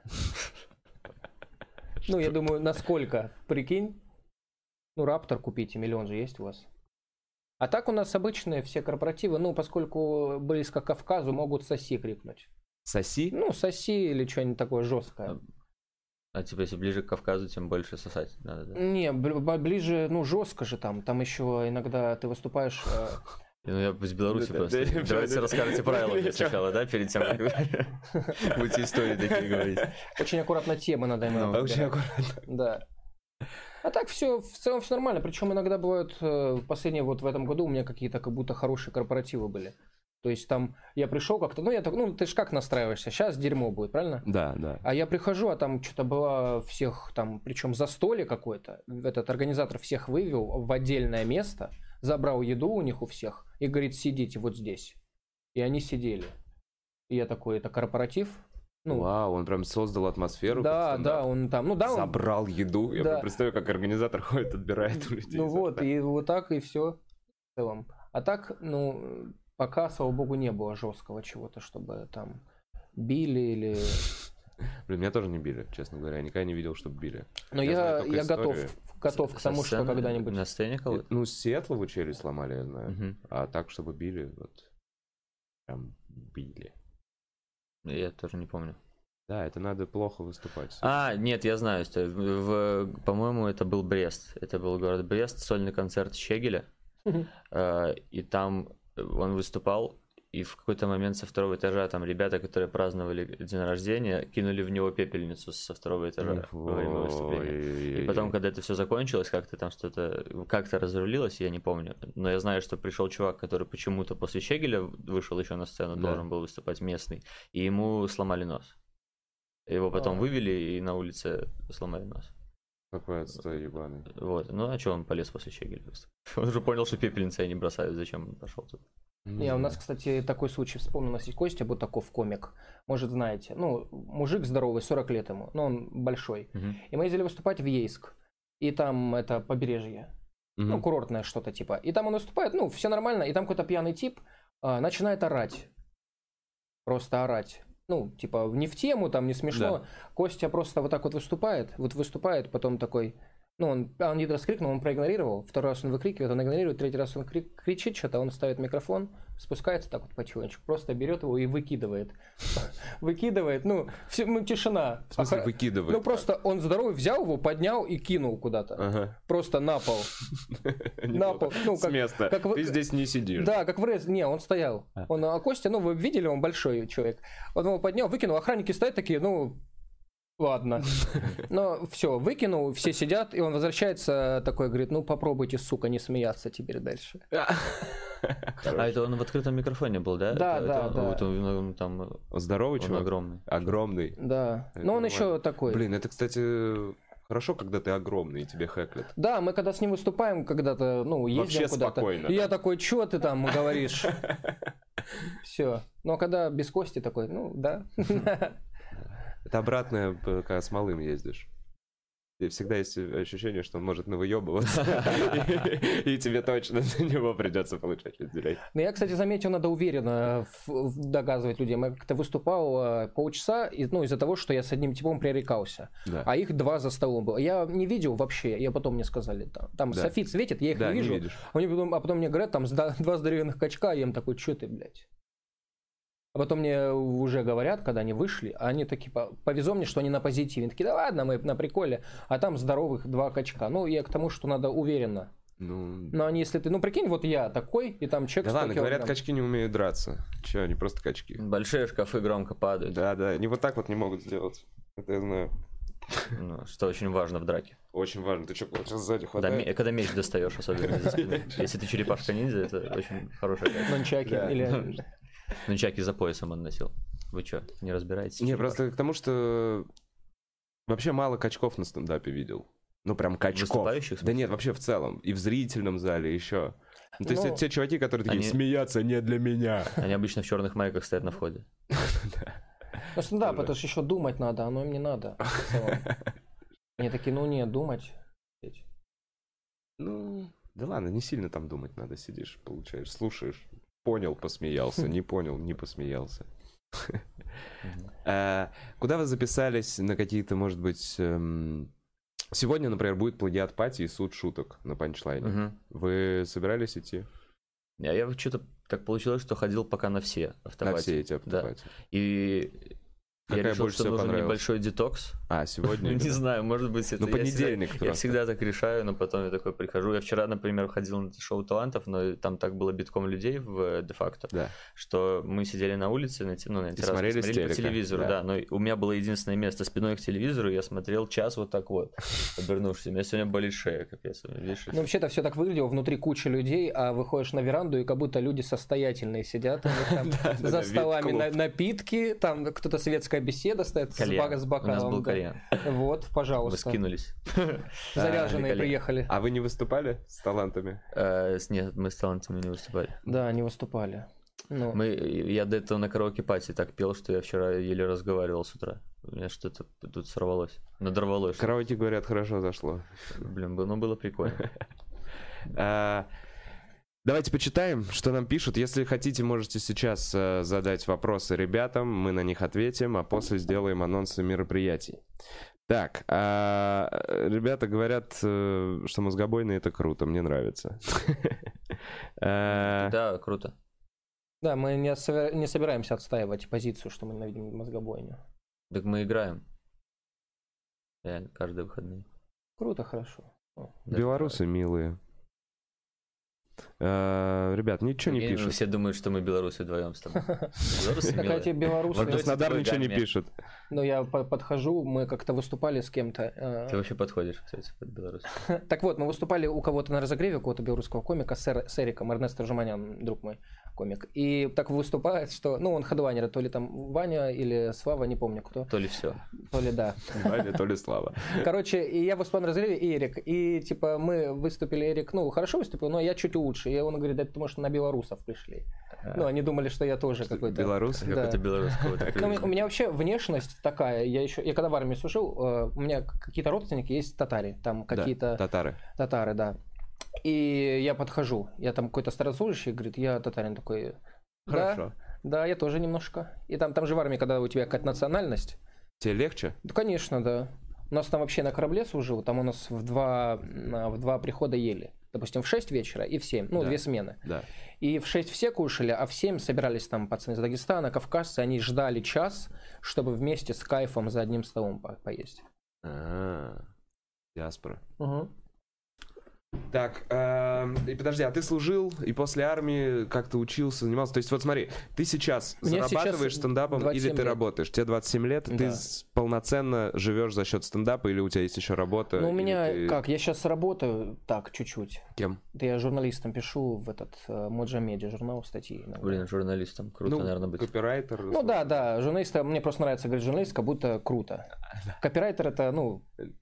Ну, я думаю, насколько, прикинь. Ну, Раптор купите, миллион же есть у вас. А так у нас обычные все корпоративы, ну, поскольку близко к Кавказу, могут соси крикнуть. Соси? Ну, соси или что-нибудь такое жесткое. А типа, если ближе к Кавказу, тем больше сосать надо, да? Не, ближе, ну, жестко же там. Там еще иногда ты выступаешь... Ну, я из Беларуси просто. Давайте расскажите правила сначала, да, перед тем, как будете истории такие говорить. Очень аккуратно темы надо именно. Очень аккуратно. Да. А так все, в целом все нормально. Причем иногда бывают, в последние, вот в этом году у меня какие-то как будто хорошие корпоративы были. То есть там я пришел как-то, ну я так, ну ты ж как настраиваешься, сейчас дерьмо будет, правильно? Да, да. А я прихожу, а там что-то было всех там, причем застолье какое-то, этот организатор всех вывел в отдельное место, забрал еду у них у всех и говорит, сидите вот здесь. И они сидели. И я такой, это корпоратив? Ну, Вау, он прям создал атмосферу. Да, да, он там, ну да. Забрал он... еду, я да. представляю, как организатор ходит, отбирает у людей. Ну вот, и вот так и все в целом. А так, ну... Пока, слава богу, не было жесткого чего-то, чтобы там били или... Блин, меня тоже не били, честно говоря. Я никогда не видел, чтобы били. Но я, я, я готов, готов к тому, что когда-нибудь... На сцене кого-то? Ну, Сиэтлову челюсть сломали, я знаю. Угу. А так, чтобы били, вот... Прям били. Я тоже не помню. Да, это надо плохо выступать. А, нет, я знаю. В, в, по-моему, это был Брест. Это был город Брест, сольный концерт Щегеля. И там... Он выступал, и в какой-то момент со второго этажа там ребята, которые праздновали день рождения, кинули в него пепельницу со второго этажа во время выступления. И потом, когда это все закончилось, как-то там что-то как-то разрулилось, я не помню. Но я знаю, что пришел чувак, который почему-то после Щегеля вышел еще на сцену, да. Должен был выступать местный, и ему сломали нос. Его потом а. вывели и на улице сломали нос. Какой отстой ебаный. Вот. Ну а что он полез после Щегеля? Он уже понял, что пепельницы они бросают. Зачем он пошел тут? Не, у нас, кстати, такой случай вспомнил. У нас есть Костя Бутаков, комик. Может, знаете. Ну, мужик здоровый, сорок лет ему. Но он большой. Uh-huh. И мы ездили выступать в Ейск. И там это побережье. Uh-huh. Ну, курортное что-то типа. И там он выступает, ну, все нормально. И там какой-то пьяный тип а, начинает орать. Просто орать. Ну, типа, не в тему, там, не смешно. Да. Костя просто вот так вот выступает, вот выступает, потом такой... Ну, он, он один раз крикнул, он проигнорировал, второй раз он выкрикивает, он игнорирует, третий раз он крик, кричит что-то, он ставит микрофон, спускается так вот потихонечку, просто берет его и выкидывает. Выкидывает, ну, все, ну, тишина. В смысле выкидывает? Ну, просто он здоровый взял его, поднял и кинул куда-то. Просто на пол. На пол. С места. Ты здесь не сидишь. Да, как в рэс. Не, он стоял. Он, а Костя, ну, вы видели, он большой человек. Он его поднял, выкинул, охранники стоят такие, ну... Ладно. Но все, выкинул, все сидят, и он возвращается такой, говорит, ну попробуйте, сука, не смеяться теперь дальше. А это он в открытом микрофоне был, да? Да, это, да, это, да. Вот он, там... Здоровый он чувак? Огромный. Огромный. Да, это но он нормально. Еще такой. Блин, это, кстати... Хорошо, когда ты огромный и тебе хэклят. Да, мы когда с ним выступаем, когда-то, ну, ездим вообще куда-то. Спокойно, и да? Я такой, что ты там говоришь? Все. Но когда без Кости такой, ну, да. Это обратное, когда с малым ездишь. И всегда есть ощущение, что он может навыебываться. И тебе точно за него придется получать разделять. Ну, я, кстати, заметил, надо уверенно доказывать людям. Я как-то выступал полчаса, ну, из-за того, что я с одним типом пререкался. А их два за столом было. Я не видел вообще, я потом мне сказали, там софит светит, я их не вижу. А потом мне говорят, там два здоровенных качка, я им такой, что ты, блядь? А потом мне уже говорят, когда они вышли, они такие, повезло мне, что они на позитиве. Они такие, да ладно, мы на приколе. А там здоровых два качка. Ну, я к тому, что надо уверенно. Ну... Но они, если ты, ну, прикинь, вот я такой, и там человек... Да ладно, говорят, качки не умеют драться. Че, они просто качки. Большие шкафы громко падают. Да, да, они вот так вот не могут сделать. Это я знаю. Ну, что очень важно в драке. Очень важно. Ты что, сейчас сзади Когда, хватает? ме- когда меч достаешь, особенно за спиной. Если ты черепашка-ниндзя, это очень хорошая качество. Нончаки Да. или... Нунчаки за поясом он носил. Вы что, не разбираетесь? Не, просто к тому, что вообще мало качков на стендапе видел. Ну, прям качков. Выступающих, в Да смысле? нет, вообще в целом. И в зрительном зале еще. Ну, то есть Ну, это те чуваки, которые такие, они- смеяться не для меня. Они обычно в черных майках стоят на входе. Ну, стендап, это же еще думать надо, оно им не надо. в целом. Они такие, ну нет, думать. Ну, да ладно, не сильно там думать надо. Сидишь, получаешь, слушаешь. Понял, посмеялся. Не понял, не посмеялся. Мгм. А, Куда вы записались на какие-то, может быть... эм, Сегодня, например, будет плагиат пати и суд шуток на панчлайне. Мгм. Вы собирались идти А я что-то так получилось, что ходил пока на все на автопати. все эти Да. автопати? И я Какая решил, больше что всего нужен понравилась? небольшой детокс. А, сегодня? Не именно? знаю, может быть, это Ну, я понедельник всегда- Я просто. всегда так решаю, но потом я такой прихожу. Я вчера, например, ходил на шоу талантов, но там так было битком людей в э, де-факто, Да. что мы сидели на улице, на, те- ну, на террасе, смотрели с по телека, телевизору, да. да. Но у меня было единственное место спиной к телевизору, и я смотрел час вот так вот, обернувшись. У меня сегодня болит шея, капец. Видишь? Ну, вообще-то все так выглядело, внутри куча людей, а выходишь на веранду, и как будто люди состоятельные сидят, у них там Да-да-да, за столами вип-клуб. на- напитки, там кто-то светская беседа стоит с Кальян. бага- с У бокалом. нас был да. кальян. Вот, Мы пожалуйста. скинулись. Заряженные А, приехали. А вы не выступали с талантами? Э, с- Нет, мы с талантами не выступали. Да, они выступали. Ну, Мы, я до этого на караоке-пати так пел, что я вчера еле разговаривал с утра. У меня что-то тут сорвалось. Надорвалось. Караоке, говорят, хорошо зашло. Блин, бы- ну было прикольно. А, Давайте почитаем, что нам пишут. Если хотите, можете сейчас э, задать вопросы ребятам, мы на них ответим, а после сделаем анонсы мероприятий. Так, а, ребята говорят, э, что мозгобойные это круто, мне нравится. А, Да, круто. да, мы не, сове- не собираемся отстаивать позицию, что мы ненавидим мозгобойню. Так мы играем. Реально, каждые выходные. Круто, хорошо. О. Даже Белорусы милые. А, Ребят, ничего не прикинь, пишут. Все думают, что мы белорусы вдвоем с тобой. Белорусы Так а милые. те белорусы, Вот Краснодар Давайте ничего не другами. пишет. ну я по- подхожу, мы как-то выступали с кем-то. э, Ты вообще подходишь, кстати, под белорусов. Так вот, мы выступали у кого-то на разогреве, у кого-то белорусского комика, с, Эр- с Эриком, Эрнесто Жуманян, друг мой комик. И так выступает, что, ну, он хедлайнер, то ли там Ваня или Слава, не помню кто, То ли все. то ли да. Ваня, то ли Слава. Короче, и я выступал на разогреве, и Эрик. И, типа, мы выступили, Эрик, ну, хорошо выступил, но я чуть лучше. И он говорит, да потому что на белорусов пришли. Ну, они думали, что я тоже какой-то... Белорус? Да. Какой-то белорусского. так Ну, и- у меня вообще внешность такая. Я еще, я когда в армии служил, э, у меня какие-то родственники есть татари, там Да, какие-то татары. татары, да. И я подхожу, я там какой-то старослужащий, говорит, я татарин такой. Да, Хорошо. да, я тоже немножко. И там, там же в армии, когда у тебя какая-то национальность. Тебе легче? Да, конечно, да. У нас там вообще на корабле служил, там у нас в два, а, в два прихода ели. Допустим, в шесть вечера и в семь, ну, Да. две смены. Да. И в шесть все кушали, а в семь собирались там пацаны из Дагестана, кавказцы, они ждали час, чтобы вместе с кайфом за одним столом по- поесть. А, диаспора. Угу. Так, эм, и подожди, а ты служил и после армии как-то учился, занимался? То есть вот смотри, ты сейчас Мне зарабатываешь сейчас стендапом двадцать или семь ты лет. работаешь? Тебе двадцать семь лет, ты Да. с- полноценно живешь за счет стендапа или у тебя есть еще работа? Ну, у или меня, ты как, я сейчас работаю так, чуть-чуть. Кем? Да я журналистом пишу в этот э, Моджа Медиа, журнал, статьи. иногда. Блин, журналистом. Круто, ну, наверное, быть. копирайтер. Ну да, да, журналист, мне просто нравится говорить журналист, как будто круто. Копирайтер это, ну,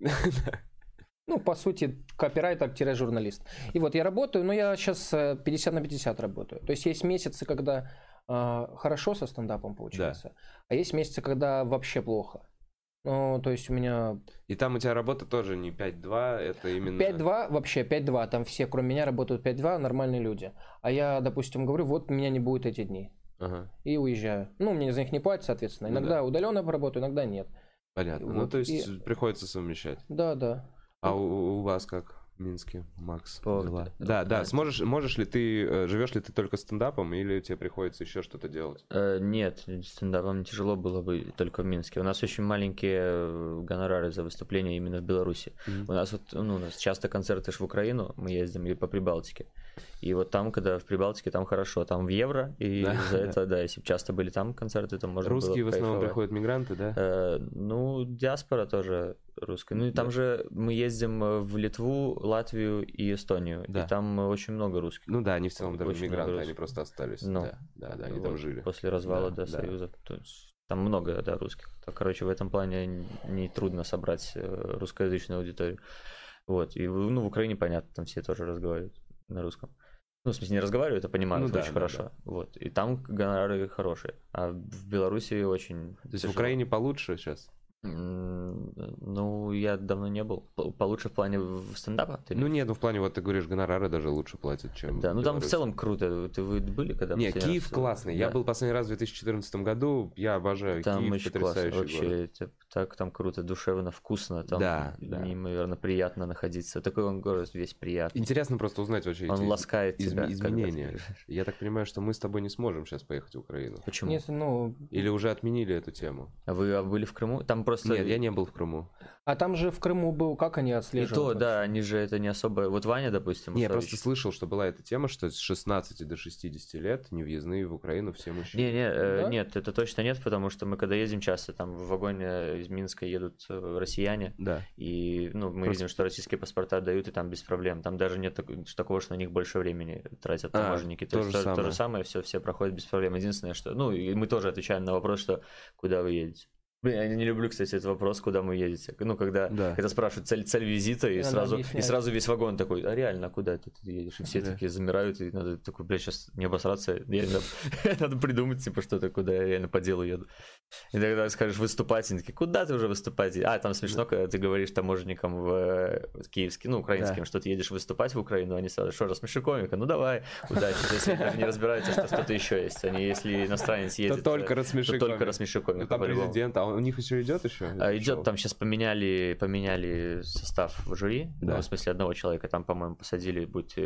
ну, по сути, копирайтер-журналист. И вот я работаю, но я сейчас пятьдесят на пятьдесят работаю. То есть есть месяцы, когда э, хорошо со стендапом получается, а есть месяцы, когда вообще плохо. Ну, то есть у меня И там у тебя работа тоже не пять-два, это именно... пять-два, вообще пять-два, там все, кроме меня, работают пять-два, нормальные люди. А я, допустим, говорю, вот меня не будет эти дни. Ага, И уезжаю. Ну, мне за них не платят, соответственно. Ну Иногда да. удаленно поработаю, иногда нет. понятно. Ну, Вот, то есть и- приходится совмещать. Да, да. А у, у вас как в Минске, Макс? По- дела? да, Да, да. да. Сможешь, можешь ли ты, э, живешь ли ты только стендапом или тебе приходится еще что-то делать? Э, Нет, стендапом тяжело было бы только в Минске. У нас очень маленькие э, гонорары за выступление именно в Беларуси. Мгм. У нас вот, ну, у нас часто концерты ж в Украину, мы ездим, или по Прибалтике. И вот там, когда в Прибалтике, там хорошо, там в евро, и Да, за да. это, да, если бы часто были там концерты, то можно Русские было в основном кайфовать. приходят, мигранты, да? Э, Ну, диаспора тоже русской. Ну и там да. же мы ездим в Литву, Латвию и Эстонию, да. и там очень много русских. Ну да, они в целом даже мигранты, они просто остались. Ну, да, да, да, они вот, там жили. После развала да, да, до да. Союза. То есть, там много, да, русских. Так, короче, в этом плане не трудно собрать русскоязычную аудиторию. Вот. И ну, в Украине, понятно, там все тоже разговаривают на русском. Ну, в смысле, не разговаривают, а понимают ну, очень да, хорошо. Да, да. Вот. И там гонорары хорошие. А в Беларуси очень... То есть тяжело. В Украине получше сейчас? Ну, я давно не был. Получше в плане стендапа? Ты ну нет, ну в плане, вот ты говоришь, гонорары даже лучше платят, чем да, ну там в целом круто. Ты вы были когда? Нет, Киев раз... классный. Да. Я был последний раз в две тысячи четырнадцатом году. Я обожаю там Киев, очень потрясающий классно. Вообще, город. так там круто, душевно, вкусно. Там да, да. неимоверно приятно находиться. Такой он город весь приятный. Интересно просто узнать вообще он эти ласкает из... тебя, изменения. Я так понимаю, что мы с тобой не сможем сейчас поехать в Украину. Почему? Нет, ну... Или уже отменили эту тему? А вы были в Крыму? Там просто... Нет, я не был в Крыму. А там же в Крыму был, как они отслеживают? И то, вообще? Да, они же это не особо... Вот Ваня, допустим... Не, я просто слышал, что была эта тема, что с шестнадцати до шестидесяти лет невъездные в Украину все мужчины. Не, не, да? Нет, это точно нет, потому что мы когда ездим часто, там в вагоне из Минска едут россияне, да. и ну, мы просто... видим, что российские паспорта дают, и там без проблем. Там даже нет такого, что на них больше времени тратят таможенники. А, то, то, есть, то, то же самое, все, все проходят без проблем. Единственное, что... Ну, и мы тоже отвечаем на вопрос, что куда вы едете. Блин, я не люблю, кстати, этот вопрос, куда мы едете. Ну, когда, да. когда спрашивают цель, цель визита, и сразу, и сразу весь вагон такой, а реально, куда ты, ты едешь? И все да. такие замирают, и надо такой, блядь, сейчас не обосраться, реально, надо придумать, типа, что-то, куда я реально по делу еду. И тогда скажешь выступать, и они такие, куда ты уже выступать? А, там смешно, да. когда ты говоришь таможенникам в киевским, ну, украинским, да. что ты едешь выступать в Украину, они сразу, что, рассмеши комика? Ну, давай, удачи. Если они даже не разбираются, что что-то еще есть. Они, если иностранец едет, то только рассмеши то только рассмеши комика. Там президент, а у них еще идет еще? А, идет, там сейчас поменяли, поменяли состав в жюри, да. ну, в смысле одного человека, там, по-моему, посадили, будь...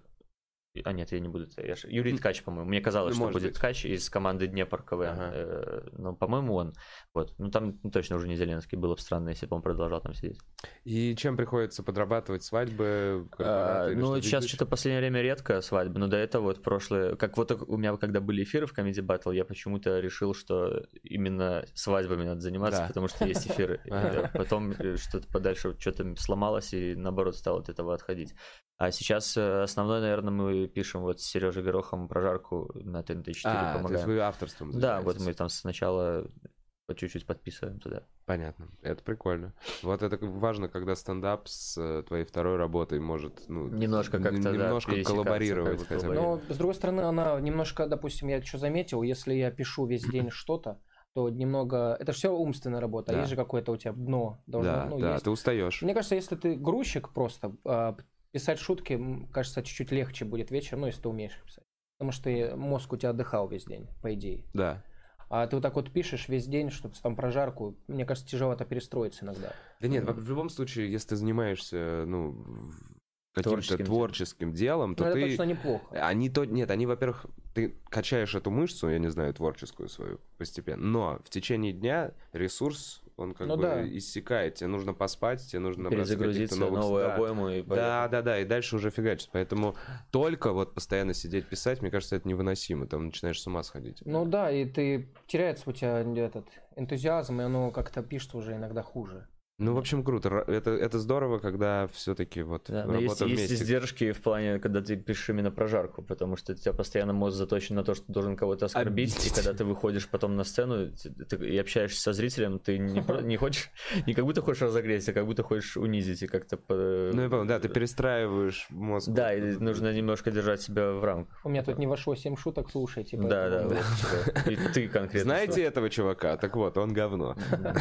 А нет, я не буду. Я... Юрий Ткач, по-моему. Мне казалось, ну, что будет быть. Ткач из команды Днепр КВН. Ага. Э, но, по-моему, он. Вот. Ну, там ну, точно уже не Зеленский. Было бы странно, если бы он продолжал там сидеть. И чем приходится подрабатывать? Свадьбы? А, ну, что сейчас что-то в последнее время редко свадьбы. Но до этого вот прошлое... Как вот у меня, когда были эфиры в Comedy Battle, я почему-то решил, что именно свадьбами надо заниматься, да. потому что есть эфиры. Потом что-то подальше что-то сломалось и, наоборот, стал от этого отходить. А сейчас основной, наверное, мы пишем вот с Сережей Горохом прожарку на тэ эн тэ четыре, а, помогаем. То есть вы авторством занимаетесь? Да, вот мы там сначала по чуть-чуть подписываем туда. Понятно, это прикольно. Вот это важно, когда стендап с твоей второй работой может ну, немножко как-то немножко да, коллаборировать. Как бы, но, с другой стороны, она немножко, допустим, я что заметил, если я пишу весь день что-то, то немного... Это все умственная работа, да. а есть же какое-то у тебя дно. Должно, да, ну, да, есть. Ты устаешь. Мне кажется, если ты грузчик просто... Писать шутки, кажется, чуть-чуть легче будет вечером, ну, если ты умеешь писать. Потому что мозг у тебя отдыхал весь день, по идее. Да. А ты вот так вот пишешь весь день, что-то там прожарку, мне кажется, тяжеловато перестроиться иногда. Да нет, в, в любом случае, если ты занимаешься, ну, каким-то творческим, творческим делом, то ну, ты... это точно неплохо. Они то... Нет, они, во-первых, ты качаешь эту мышцу, я не знаю, творческую свою постепенно, но в течение дня ресурс... Он как ну, бы да. иссякает, тебе нужно поспать, тебе нужно набраться перезагрузиться, новых... новую да. обойму и поехать. Да, да, да, и дальше уже фигачить. Поэтому только вот постоянно сидеть писать, мне кажется, это невыносимо, там начинаешь с ума сходить. Ну да, и ты теряется у тебя этот энтузиазм, и оно как-то пишется уже иногда хуже. Ну, в общем, круто. Это, это здорово, когда все-таки вот да, работа есть, вместе. Есть издержки в плане, когда ты пишешь именно про жарку, потому что у тебя постоянно мозг заточен на то, что ты должен кого-то оскорбить, Обидеть. И когда ты выходишь потом на сцену ты, ты, и общаешься со зрителем, ты не, не хочешь, не как будто хочешь разогреть, а как будто хочешь унизить и как-то... По... Ну, я понял, да, ты перестраиваешь мозг. Да, и нужно немножко держать себя в рамках. У меня тут не вошло семь шуток, слушайте. Да, да, да. И ты конкретно. Знаете этого чувака? Так вот, он говно.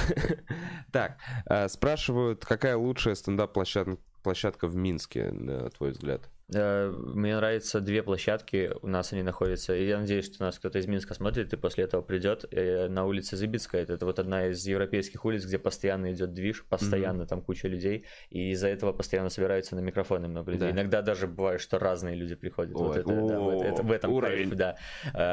Так, спрашивают, какая лучшая стендап-площадка в Минске, на твой взгляд? Мне нравятся две площадки, у нас они находятся, и я надеюсь, что нас кто-то из Минска смотрит и после этого придет. На улице Зыбицкая, это вот одна из европейских улиц, где постоянно идет движ, постоянно mm-hmm. там куча людей, и из-за этого постоянно собираются на микрофоны много людей. Да. Иногда даже бывает, что разные люди приходят. Ой, вот это, да, вот это, в этом уровень. кайф, да.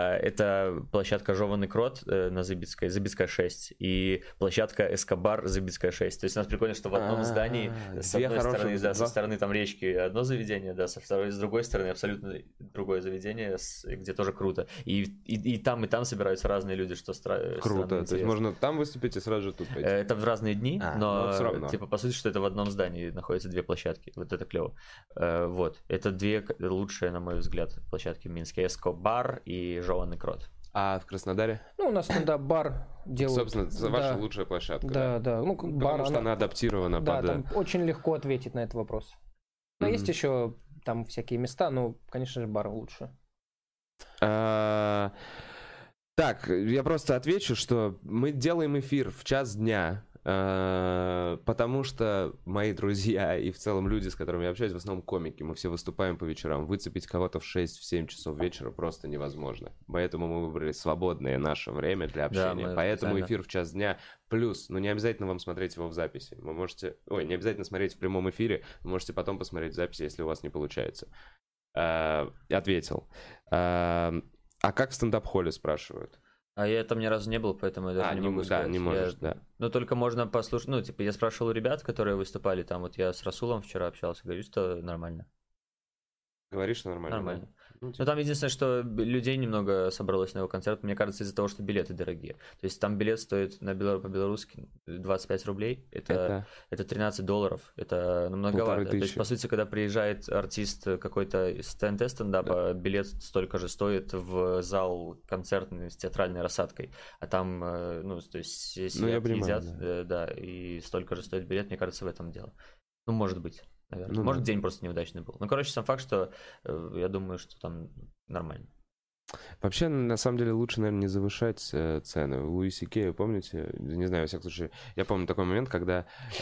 Это площадка Жеванный Крот на Зыбицкой, Зыбицкая шесть, и площадка Эскобар Зыбицкая шесть. То есть у нас прикольно, что в одном здании с одной стороны, да, со стороны там речки одно заведение, да, со с другой стороны абсолютно другое заведение, где тоже круто. И, и, и там, и там собираются разные люди, что стра- Круто, то есть можно там выступить и сразу же тут пойти? Это в разные дни, а, но, но типа по сути, что это в одном здании находятся две площадки, вот это клево. Вот, это две лучшие, на мой взгляд, площадки в Минске, Эскобар и Жеванный крот. А в Краснодаре? Ну, у нас стендап-бар делают. Собственно, ваша да. лучшая площадка. Да, да. да. Ну, Потому бар, что она... она адаптирована да, под... там очень легко ответить на этот вопрос. Но mm-hmm. есть еще там всякие места, но, конечно же, бар лучше. А... Так, я просто отвечу, что мы делаем эфир в час дня, потому что мои друзья и в целом люди, с которыми я общаюсь, в основном комики, мы все выступаем по вечерам. Выцепить кого-то в шесть-семь часов вечера просто невозможно. Поэтому мы выбрали свободное наше время для общения. Да, Поэтому специально. Эфир в час дня. Плюс, ну не обязательно вам смотреть его в записи. Вы можете, ой, не обязательно смотреть в прямом эфире. Вы можете потом посмотреть в записи, если у вас не получается. Ответил. А как в стендап-холле, спрашивают? А я там ни разу не был, поэтому я даже а, не не могу да, сказать. не можешь, я... да. Ну, только можно послушать, ну, типа, я спрашивал у ребят, которые выступали там, вот я с Расулом вчера общался, говорю, что нормально. Говоришь, что нормально? Нормально. Да? Ну, типа... Но там единственное, что людей немного собралось на его концерт, мне кажется, из-за того, что билеты дорогие. То есть там билет стоит на белор... по-белорусски двадцать пять рублей, это, это... это тринадцать долларов, это многовато. То есть, по сути, когда приезжает артист какой-то из ТНТ стендапа, да. билет столько же стоит в зал концертный с театральной рассадкой. А там, ну, то есть сидят, ну, я понимаю, едят, да. да, и столько же стоит билет, мне кажется, в этом дело. Ну, может быть. Наверное. Ну, Может, да. день просто неудачный был. Ну, короче, сам факт, что э, я думаю, что там нормально. Вообще, на самом деле, лучше, наверное, не завышать э, цены. Луи Си Кей, помните? Не знаю, во всяком случае, я помню такой момент, когда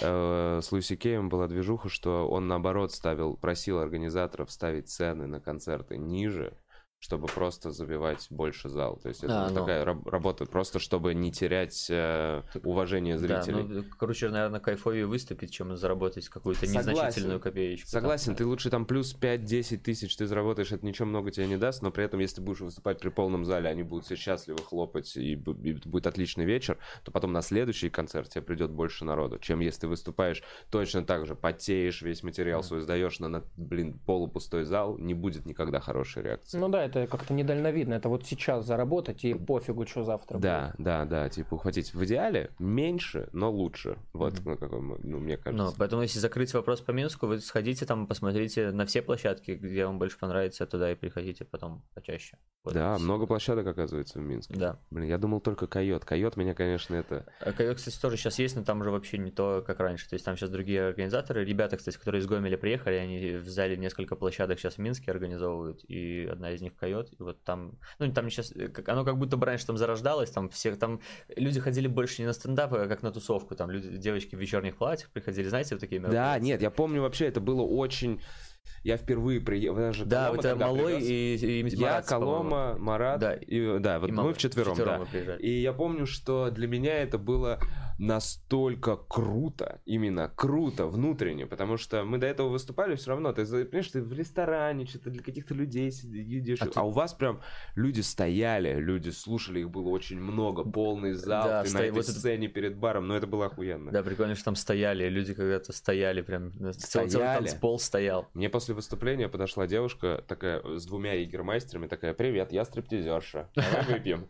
э, с Луи Си Кеем была движуха, что он, наоборот, ставил, просил организаторов ставить цены на концерты ниже, чтобы просто забивать больше зал. То есть это а, ну. такая раб- работа, просто чтобы не терять э, уважение зрителей. Да, ну, короче, наверное, кайфовее выступить, чем заработать какую-то Согласен. незначительную копеечку. Согласен, там. Ты лучше там плюс пять-десять тысяч ты заработаешь, это ничего много тебе не даст, но при этом, если ты будешь выступать при полном зале, они будут все счастливы хлопать, и, и будет отличный вечер, то потом на следующий концерт тебе придет больше народу, чем если ты выступаешь точно так же, потеешь, весь материал свой сдаешь на, на, блин, полупустой зал, не будет никогда хорошей реакции. Ну да, это как-то недальновидно. Это вот сейчас заработать и пофигу, что завтра да, будет. Да, да, да. Типа ухватить в идеале меньше, но лучше. Вот, mm-hmm. ну, какой, ну, мне кажется. Ну, поэтому, если закрыть вопрос по Минску, вы сходите там, посмотрите на все площадки, где вам больше понравится, туда и приходите потом почаще. Вот. Да, много площадок, оказывается, в Минске. Да. Блин, я думал только Койот. Койот меня, конечно, это... А Койот, кстати, тоже сейчас есть, но там уже вообще не то, как раньше. То есть там сейчас другие организаторы. Ребята, кстати, которые из Гомеля приехали, они взяли несколько площадок сейчас в Минске, организовывают, и одна из них Койот. И вот там, ну там сейчас, оно как будто бы раньше там зарождалось, там все, там люди ходили больше не на стендап, а как на тусовку, там люди, девочки в вечерних платьях приходили, знаете, вот такие Да, мероприятия. нет, я помню вообще, это было очень... Я впервые приехал. Да, Колома, это Малой и, и Марат. Я, Колома, Марат. Да, и, да вот и мы вчетвером. вчетвером да. И я помню, что для меня это было настолько круто, именно круто внутренне, потому что мы до этого выступали все равно. Ты понимаешь, ты в ресторане, что-то для каких-то людей едешь. А, а ты... у вас прям люди стояли, люди слушали, их было очень много, полный зал, да, ты сто... на этой вот сцене это... перед баром, но это было охуенно. Да, прикольно, что там стояли, люди когда-то стояли, прям стояли. Целый танцпол стоял. Мне после выступления подошла девушка такая с двумя егермайстерами, такая: привет, я стриптизерша, давай выпьем.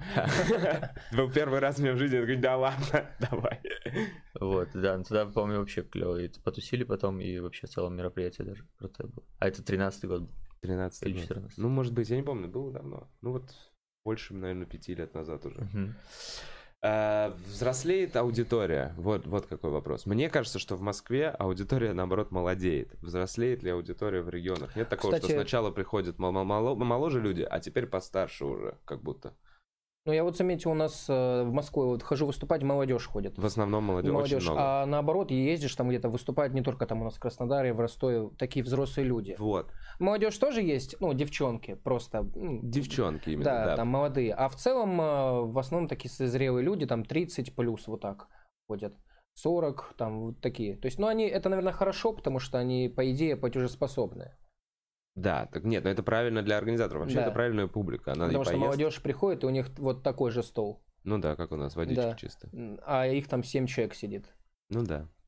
Был первый раз в моей жизни, я говорю, да ладно, давай. Вот, да, туда, помню, вообще клево, и потусили потом, и вообще в целом мероприятие даже крутое было. А это тринадцатый год был. тринадцатый или четырнадцатый. Ну, может быть, я не помню, было давно. Ну вот, больше, наверное, пяти лет назад уже. Uh, взрослеет аудитория? Вот, вот какой вопрос. Мне кажется, что в Москве аудитория, наоборот, молодеет. Взрослеет ли аудитория в регионах? Нет такого, Кстати... что сначала приходят мол- мол- моложе люди, а теперь постарше уже, как будто. Ну, я вот заметил, у нас э, в Москве вот хожу выступать, молодежь ходит. В основном молодежь, молодежь. Очень много. А наоборот, ездишь там где-то, выступать не только там у нас в Краснодаре, в Ростове, такие взрослые люди. Вот. Молодежь тоже есть, ну, девчонки просто. Девчонки именно, да. Да, там молодые. А в целом, э, в основном такие зрелые люди, там тридцать плюс вот так ходят. сорок, там вот такие. То есть, ну, они, это, наверное, хорошо, потому что они, по идее, платежеспособны. Да, так нет, но это правильно для организаторов. Вообще, да. Это правильная публика. Она Потому что поест. Молодежь приходит, и у них вот такой же стол. Ну да, как у нас, водичка да. чисто. А их там семь человек сидит. Ну да.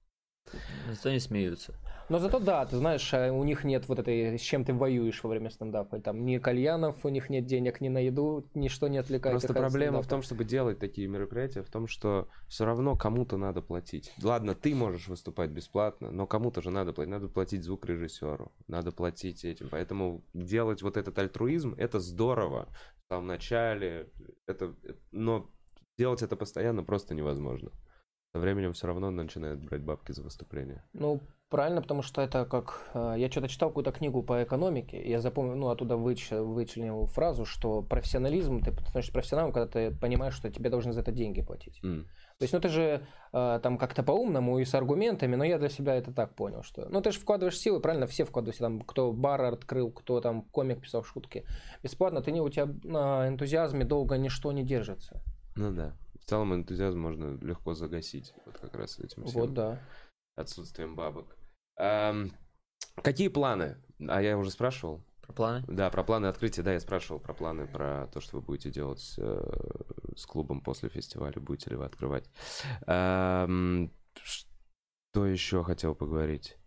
Зато не смеются. Но зато да, ты знаешь, у них нет вот этой, с чем ты воюешь во время стендапа. Там ни кальянов, у них нет денег ни на еду, ничто не отвлекает. Просто проблема в том, чтобы делать такие мероприятия, в том, что все равно кому-то надо платить. Ладно, ты можешь выступать бесплатно, но кому-то же надо платить. Надо платить звукорежиссеру, надо платить этим. Поэтому делать вот этот альтруизм, это здорово в самом начале, это, но делать это постоянно просто невозможно. Со временем все равно начинает брать бабки за выступление. Ну, правильно, потому что это как... Я что-то читал какую-то книгу по экономике, и я запомнил, ну, оттуда выч... вычленил фразу, что профессионализм, ты становишься профессионалом, когда ты понимаешь, что тебе должны за это деньги платить. Mm. То есть, ну, ты же э, там как-то по-умному и с аргументами, но я для себя это так понял, что... Ну, ты же вкладываешь силы, правильно, все вкладывают, там, кто бар открыл, кто там комик писал шутки. Бесплатно, ты не, у тебя на энтузиазме долго ничто не держится. Ну да. В целом энтузиазм можно легко загасить, вот как раз этим всем. Вот, да. Отсутствием бабок. Эм, какие планы? А я уже спрашивал. Про планы? Да, про планы открытия. Да, я спрашивал про планы, про то, что вы будете делать э, с клубом после фестиваля. Будете ли вы открывать? Эм, что еще хотел поговорить?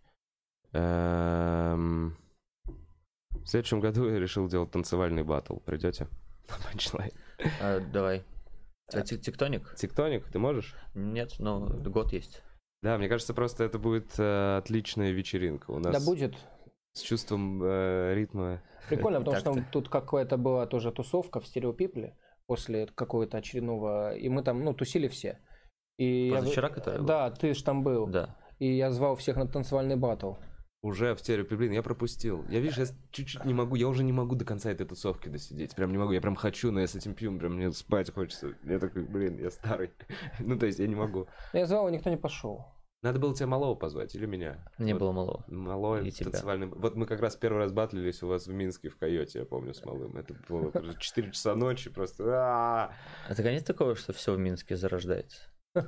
Эм, в следующем году я решил делать танцевальный баттл. Придете? А, давай. А тектоник? Тектоник, ты можешь? Нет, но год есть. Да, мне кажется, просто это будет э, отличная вечеринка. У нас да, будет. С чувством э, ритма. Прикольно, потому что тут какая-то была тоже тусовка в стереопипле после какого-то очередного... И мы там, ну, тусили все. И Позавчера, я... который был? Да, ты ж там был. Да. И я звал всех на танцевальный баттл. Уже в стереопипле, блин, я пропустил. Я, видишь, я чуть-чуть не могу, я уже не могу до конца этой тусовки досидеть. Прям не могу, я прям хочу, но я с этим пью, прям мне спать хочется. Я такой, блин, я старый. Ну, то есть я не могу. Я звал, никто не пошел. Надо было тебя малого позвать или меня? Не вот, было малого. Малой танцевальный. Вот мы как раз первый раз батлились у вас в Минске в Койоте, я помню, с малым. Это было четыре часа ночи, просто. А так нет такого, что все в Минске зарождается? Ну,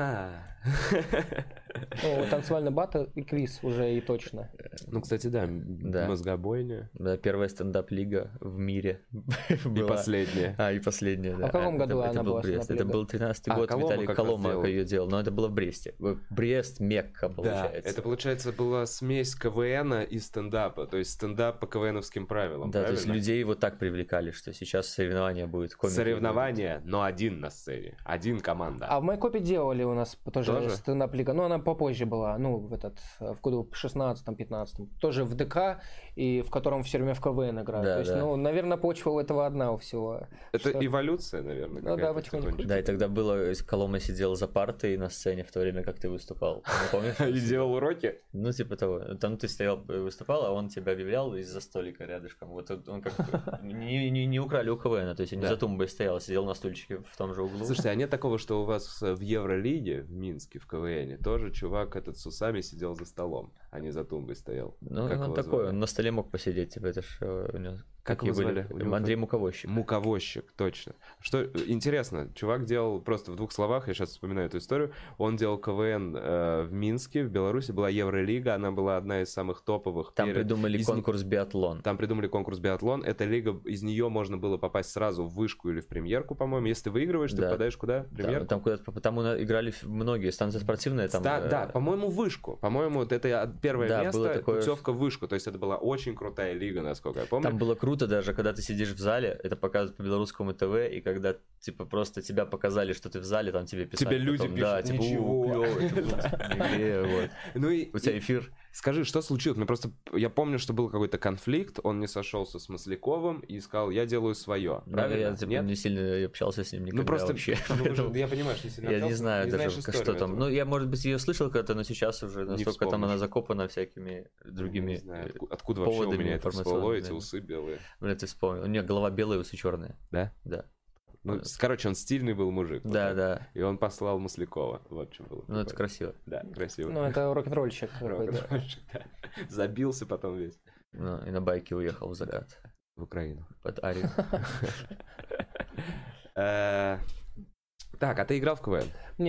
танцевальный баттл и квиз уже и точно. Ну, кстати, да, да. Мозгобойня. Да, первая стендап-лига в мире. И последняя. А, и последняя, да. А в каком году это, она это был была? Брест. Это был тринадцатый год, Виталий Колома ее делал, но это было в Бресте. Брест, Мекка, получается. Да, это, получается, была смесь КВНа и стендапа, то есть стендап по КВНовским правилам, да, правильно? То есть людей вот так привлекали, что сейчас соревнования будет. Соревнования, но один на сцене, один команда. А в Майкопе делали у нас тоже, тоже? стендап-лига, но она попозже была, ну, в этот, в году шестнадцатом-пятнадцатом, тоже в ДК, и в котором все время в КВН играют. Да, То есть, да. ну, наверное, почва у этого одна у всего. Это что... эволюция, наверное, ну, да, потихоньку. Да, и тогда было, Колома сидел за партой на сцене в то время, как ты выступал. Помнишь? И делал уроки? Ну, типа того. Там ты стоял, выступал, а он тебя объявлял из-за столика рядышком. Вот он как не, не, не украли у КВН, то есть он не за тумбой стоял, сидел на стульчике в том же углу. Слушайте, а нет такого, что у вас в Евролиге в Минске, в КВНе, тоже чувак этот с усами сидел за столом, а не за тумбой стоял? Ну, как он такой, он на столе мог посидеть, типа, это ж у него... Как его звали? Были? Андрей Муковозчик. Муковозчик, точно. Что интересно, чувак делал просто в двух словах, я сейчас вспоминаю эту историю, он делал КВН э, в Минске, в Беларуси, была Евролига, она была одна из самых топовых. Там перед... придумали из... конкурс биатлон. Там придумали конкурс биатлон, эта лига, из нее можно было попасть сразу в вышку или в премьерку, по-моему, если ты выигрываешь, да. Ты попадаешь куда? В премьерку? Да, там куда-то, там играли многие, станция спортивная. Там, да, э... да, по-моему, вышку, по-моему, вот это первое да, место, такое... путевка в вышку, то есть это была очень крутая лига, насколько я помню. Там было круто даже, когда ты сидишь в зале, это показывают по белорусскому ТВ, и когда типа просто тебя показали, что ты в зале, там тебе писали. Тебе люди потом, пишут, да, типа, ничего. Ну и у тебя эфир. Скажи, что случилось? Мне просто, я помню, что был какой-то конфликт, он не сошелся с Масляковым и сказал, я делаю свое. Правильно? Я типа, не сильно общался с ним никогда ну, просто, вообще. Ну, я понимаю, что не сильно Я общался, не знаю не даже, историю, что там. этого. Ну, я, может быть, ее слышал когда-то, но сейчас уже настолько там она закопана всякими другими не знаю, откуда, откуда вообще у меня это всплыло, эти усы белые. Блин, ты вспомнил. У меня голова белая, усы черные. Да? Да. Ну, короче, он стильный был мужик. Да, вот да. И он послал Маслякова. Вот что было. Ну, это красиво. Да, красиво. Ну, это рок-н-ролльщик какой-то. Да. Забился потом весь. Ну, и на байке уехал в закат. Да. В Украину. Под Арию. Так, а ты играл в КВН? Не.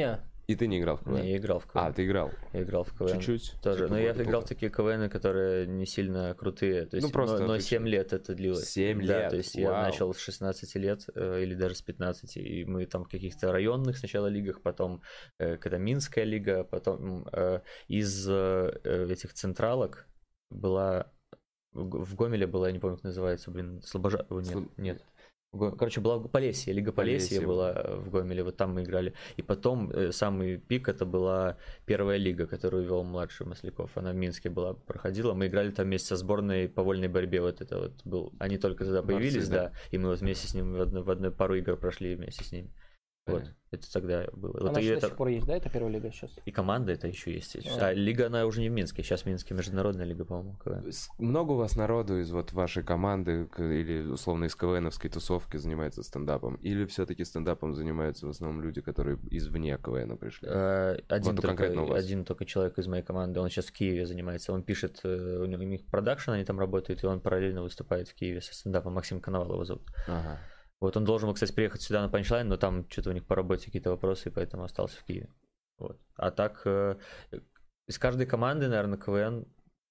И ты не играл в КВН? Не, я играл в КВН. А, ты играл? Я играл в КВН. Чуть-чуть? Тоже. Типа Но я года играл в полтора. такие КВН, которые не сильно крутые. То есть, Ну, просто но, но обычно. семь лет это длилось. семь Да, лет? то есть Вау. я начал с шестнадцати лет э, или даже с пятнадцати. И мы там в каких-то районных сначала лигах, потом э, когда Минская лига, потом э, из э, этих централок была... В в Гомеле была, я не помню, как называется, блин, Слобожа... Нет, Слоб- нет. Го- Короче, была Полесье, Лига Полесье Полесье была в Гомеле, вот там мы играли. И потом э, самый пик это была первая лига, которую вел младший Масляков. Она в Минске была, проходила. Мы играли там вместе со сборной по вольной борьбе. Вот это вот был. Они только тогда Борцы, появились, да. да. И мы вот вместе с ним в одной, в одной пару игр прошли вместе с ними. Вот, Понятно. это тогда было. Она Вот и, же до это... сих пор есть, да, это первая лига сейчас? и команда это еще есть. А. А лига, она уже не в Минске. Сейчас в Минске международная лига, по-моему, КВН. С- Много у вас народу из вот вашей команды к- или условно из КВНовской тусовки занимается стендапом? Или все-таки стендапом занимаются в основном люди, которые извне КВНа пришли? Э, Один, Вот только, конкретно у вас. один только человек из моей команды, он сейчас в Киеве занимается, он пишет, э, у него- у них продакшн, они там работают, и он параллельно выступает в Киеве со стендапом, Максим Коновалов его зовут. Ага. Вот он должен был, кстати, приехать сюда на панчлайн, но там что-то у них по работе какие-то вопросы, и поэтому остался в Киеве. Вот. А так, э, из каждой команды, наверное, КВН...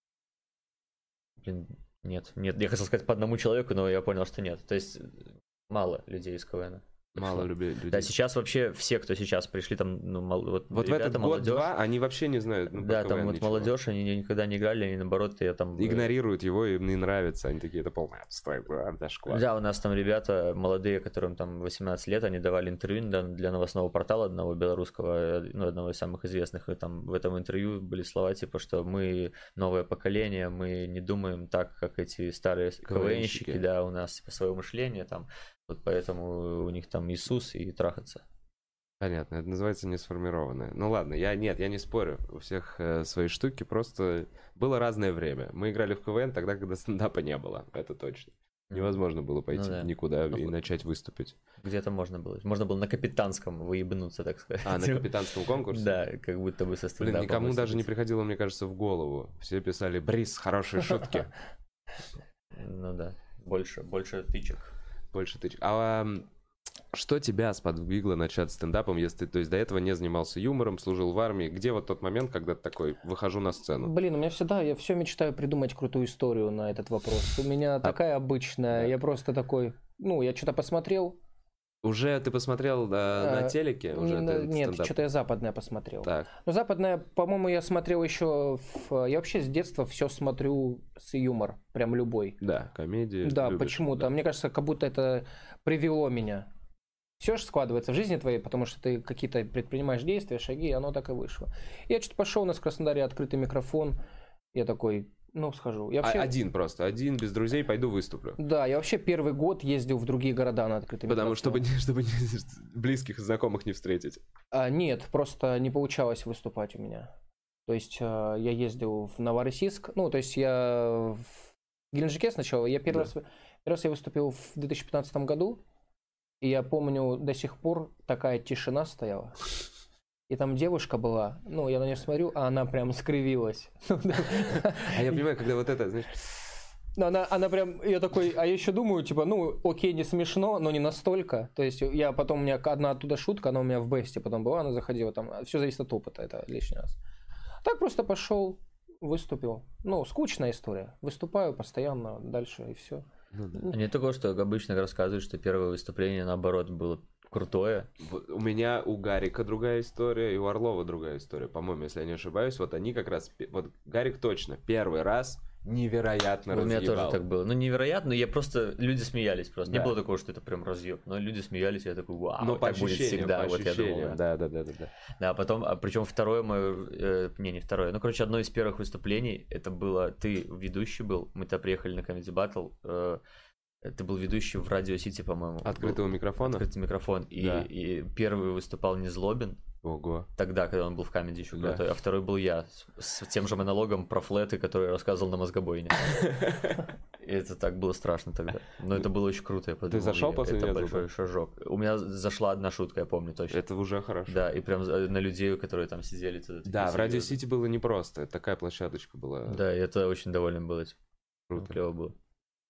Блин, нет, нет, я хотел сказать по одному человеку, но я понял, что нет. То есть мало людей из КВН. Мало люби- людей. Да, сейчас вообще все, кто сейчас пришли, там, ну, мол- вот, Вот в ребята, этот молодежь, год-два они вообще не знают. Ну, да, про там КВН вот ничего. молодежь, они ни- никогда не играли, они наоборот, я там... э, Игнорируют его, им не нравится. Они такие, это полная отстой, да, зашквар. Да, у нас там ребята молодые, которым там восемнадцать лет, они давали интервью для, для новостного портала одного белорусского, э, ну, одного из самых известных, и там в этом интервью были слова типа, что мы новое поколение, мы не думаем так, как эти старые КВНщики. КВНщики, да, у нас типа, свое мышление там, вот поэтому у них там Иисус и трахаться. Понятно, это называется несформированное. Ну ладно, я нет, я не спорю. У всех э, свои штуки, просто было разное время. Мы играли в КВН тогда, когда стендапа не было, это точно. Невозможно было пойти Ну да. никуда Ну, и вот. начать выступить. Где-то можно было. Можно было на капитанском выебнуться, так сказать. А, на капитанском конкурсе? Да, как будто бы со Блин, стендапом никому даже не выступить. приходило, мне кажется, в голову. Все писали, Брис, хорошие шутки. Ну да, больше, больше тычек. Больше тычек. А м, что тебя сподвигло начать стендапом, если ты, то есть, до этого не занимался юмором, служил в армии? Где вот тот момент, когда ты такой, выхожу на сцену? Блин, у меня всегда, я все мечтаю придумать крутую историю на этот вопрос. У меня такая обычная, да. я просто такой, ну, я что-то посмотрел. Уже ты посмотрел да, на А, телеке? Уже н- это Нет, стендап? что-то я западное посмотрел. Так, Ну, западное, по-моему, я смотрел еще, в... я вообще с детства все смотрю с юмор, прям любой. да, комедии. Да, любишь, почему-то. да. Мне кажется, как будто это привело меня. Все же складывается в жизни твоей, потому что ты какие-то предпринимаешь действия, шаги, и оно так и вышло. Я что-то пошел, у нас в Краснодаре открытый микрофон. Я такой, ну, схожу. Я А- вообще... Один просто, один, без друзей, пойду выступлю. Да, я вообще первый год ездил в другие города на открытый Потому микрофон. чтобы, не- чтобы не- близких и знакомых не встретить. А, нет, просто не получалось выступать у меня. То есть а, я ездил в Новороссийск, ну, то есть я в Геленджике сначала, я первый, Да. раз, первый раз я выступил в две тысячи пятнадцатом году, и я помню, до сих пор такая тишина стояла. И там девушка была, ну, я на нее смотрю, а она прям скривилась. А я понимаю, когда вот это, знаешь, Но она, она прям, я такой, а я еще думаю, типа, ну, окей, не смешно, но не настолько. То есть я потом, у меня одна оттуда шутка, она у меня в бесте потом была, она заходила там, все зависит от опыта, это лишний раз. Так просто пошел, выступил. Ну, скучная история. Выступаю постоянно, дальше и все. ну да. А не такое, что обычно рассказывают, что первое выступление, наоборот, было крутое. Вот у меня у Гарика другая история, и у Орлова другая история. По-моему, если я не ошибаюсь, вот они как раз... пе- Вот Гарик точно первый раз невероятно У меня разъебал. тоже так было. Ну, невероятно, я просто... Люди смеялись просто. Да. Не было такого, что это прям разъеб. Но люди смеялись, я такой, вау, Но по так будет ощущениям, всегда. по Вот я думал, ощущениям, да. да, да, да, да, да. Да, а потом, а причем второе мое, э, не, не второе, ну, короче, одно из первых выступлений, это было, ты ведущий был, мы тогда приехали на Comedy Battle, э, ты был ведущий в Радио Сити, по-моему. Открытого был, микрофона? Открытый микрофон, и, Да. и первый выступал Незлобин, Ого. тогда, когда он был в Comedy еще Да. крутой, а второй был я, с, с тем же монологом про флеты, который я рассказывал на мозгобойне. И это так было страшно тогда. Но это было очень круто, я подумал. зашел я- после Это меня большой зубы? шажок. У меня зашла одна шутка, я помню точно. Это уже хорошо. Да, и прям за- на людей, которые там сидели. тогда такие Да, в Радио серьезные. Сити было непросто. Это такая площадочка была. Да, и это очень доволен был этим. Круто. Клево было.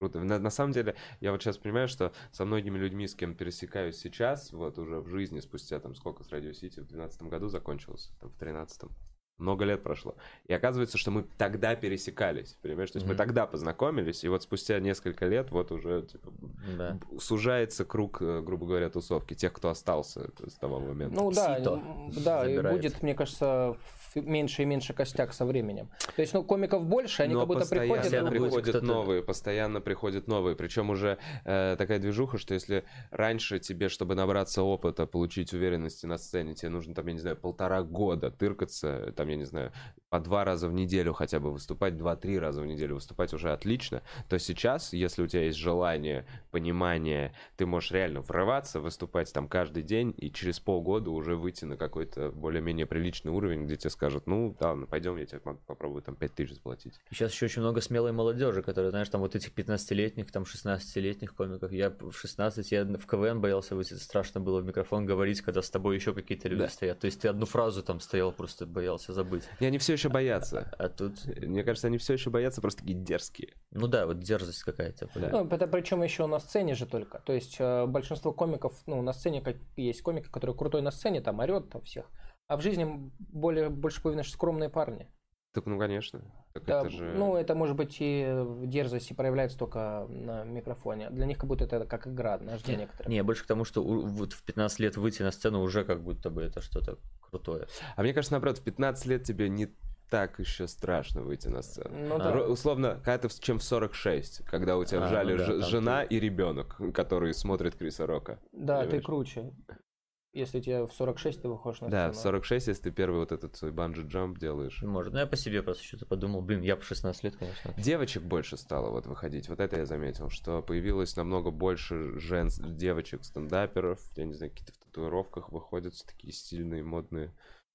Круто. На, на самом деле, я вот сейчас понимаю, что со многими людьми, с кем пересекаюсь сейчас, вот уже в жизни, спустя там сколько с Радио Сити, в двенадцатом году закончился, там в тринадцатом. Много лет прошло. И оказывается, что мы тогда пересекались, понимаешь? То есть mm-hmm. мы тогда познакомились, и вот спустя несколько лет вот уже типа, да. сужается круг, грубо говоря, тусовки, тех, кто остался с того момента. Ну да, да, и будет, мне кажется, меньше и меньше костяк со временем. То есть, ну, комиков больше, они но как будто приходят... постоянно приходят новые, постоянно приходят новые. Причем уже э, такая движуха, что если раньше тебе, чтобы набраться опыта, получить уверенности на сцене, тебе нужно, там, я не знаю, полтора года тыркаться, там, я не знаю, по два раза в неделю хотя бы выступать, два-три раза в неделю выступать уже отлично, то сейчас, если у тебя есть желание, понимание, ты можешь реально врываться, выступать там каждый день и через полгода уже выйти на какой-то более-менее приличный уровень, где тебе скажут, ну, да, ну, пойдем, я тебе попробую там пять тысяч заплатить. Сейчас еще очень много смелой молодежи, которые, знаешь, там вот этих пятнадцатилетних, там шестнадцатилетних комиков. Я в шестнадцать, я в КВН боялся выйти, страшно было в микрофон говорить, когда с тобой еще какие-то люди да. стоят. То есть ты одну фразу там стоял, просто боялся забыть. И они все еще боятся. А, а тут... Мне кажется, они все еще боятся, просто такие дерзкие. Ну да, вот дерзость какая-то. Да. Ну, это причем еще на сцене же только. То есть большинство комиков, ну, на сцене, как есть комик, который крутой на сцене, там орет там всех. А в жизни более, больше половины скромные парни. Так, ну, конечно. Так да, это же... Ну, это, может быть, и дерзость и проявляется только на микрофоне. Для них как будто это как игра, знаешь, для некоторых. Не, больше к тому, что вот в пятнадцать лет выйти на сцену уже как будто бы это что-то крутое. А мне кажется, наоборот, в пятнадцать лет тебе не так еще страшно выйти на сцену. Ну, да. Условно, когда ты, чем в сорок шесть, когда у тебя а, в жале ну, да, жена ты... и ребенок, который смотрит Криса Рока. Да, понимаешь? Ты круче. Если тебе в сорок шесть ты выходишь на сцену. Да, в сорок шесть, если ты первый вот этот свой банджи-джамп делаешь. Может, ну я по себе просто что-то подумал, блин, я по шестнадцать лет, конечно. Девочек больше стало вот выходить, вот это я заметил, что появилось намного больше жен... девочек-стендаперов, я не знаю, какие-то в татуировках выходят, такие стильные, модные.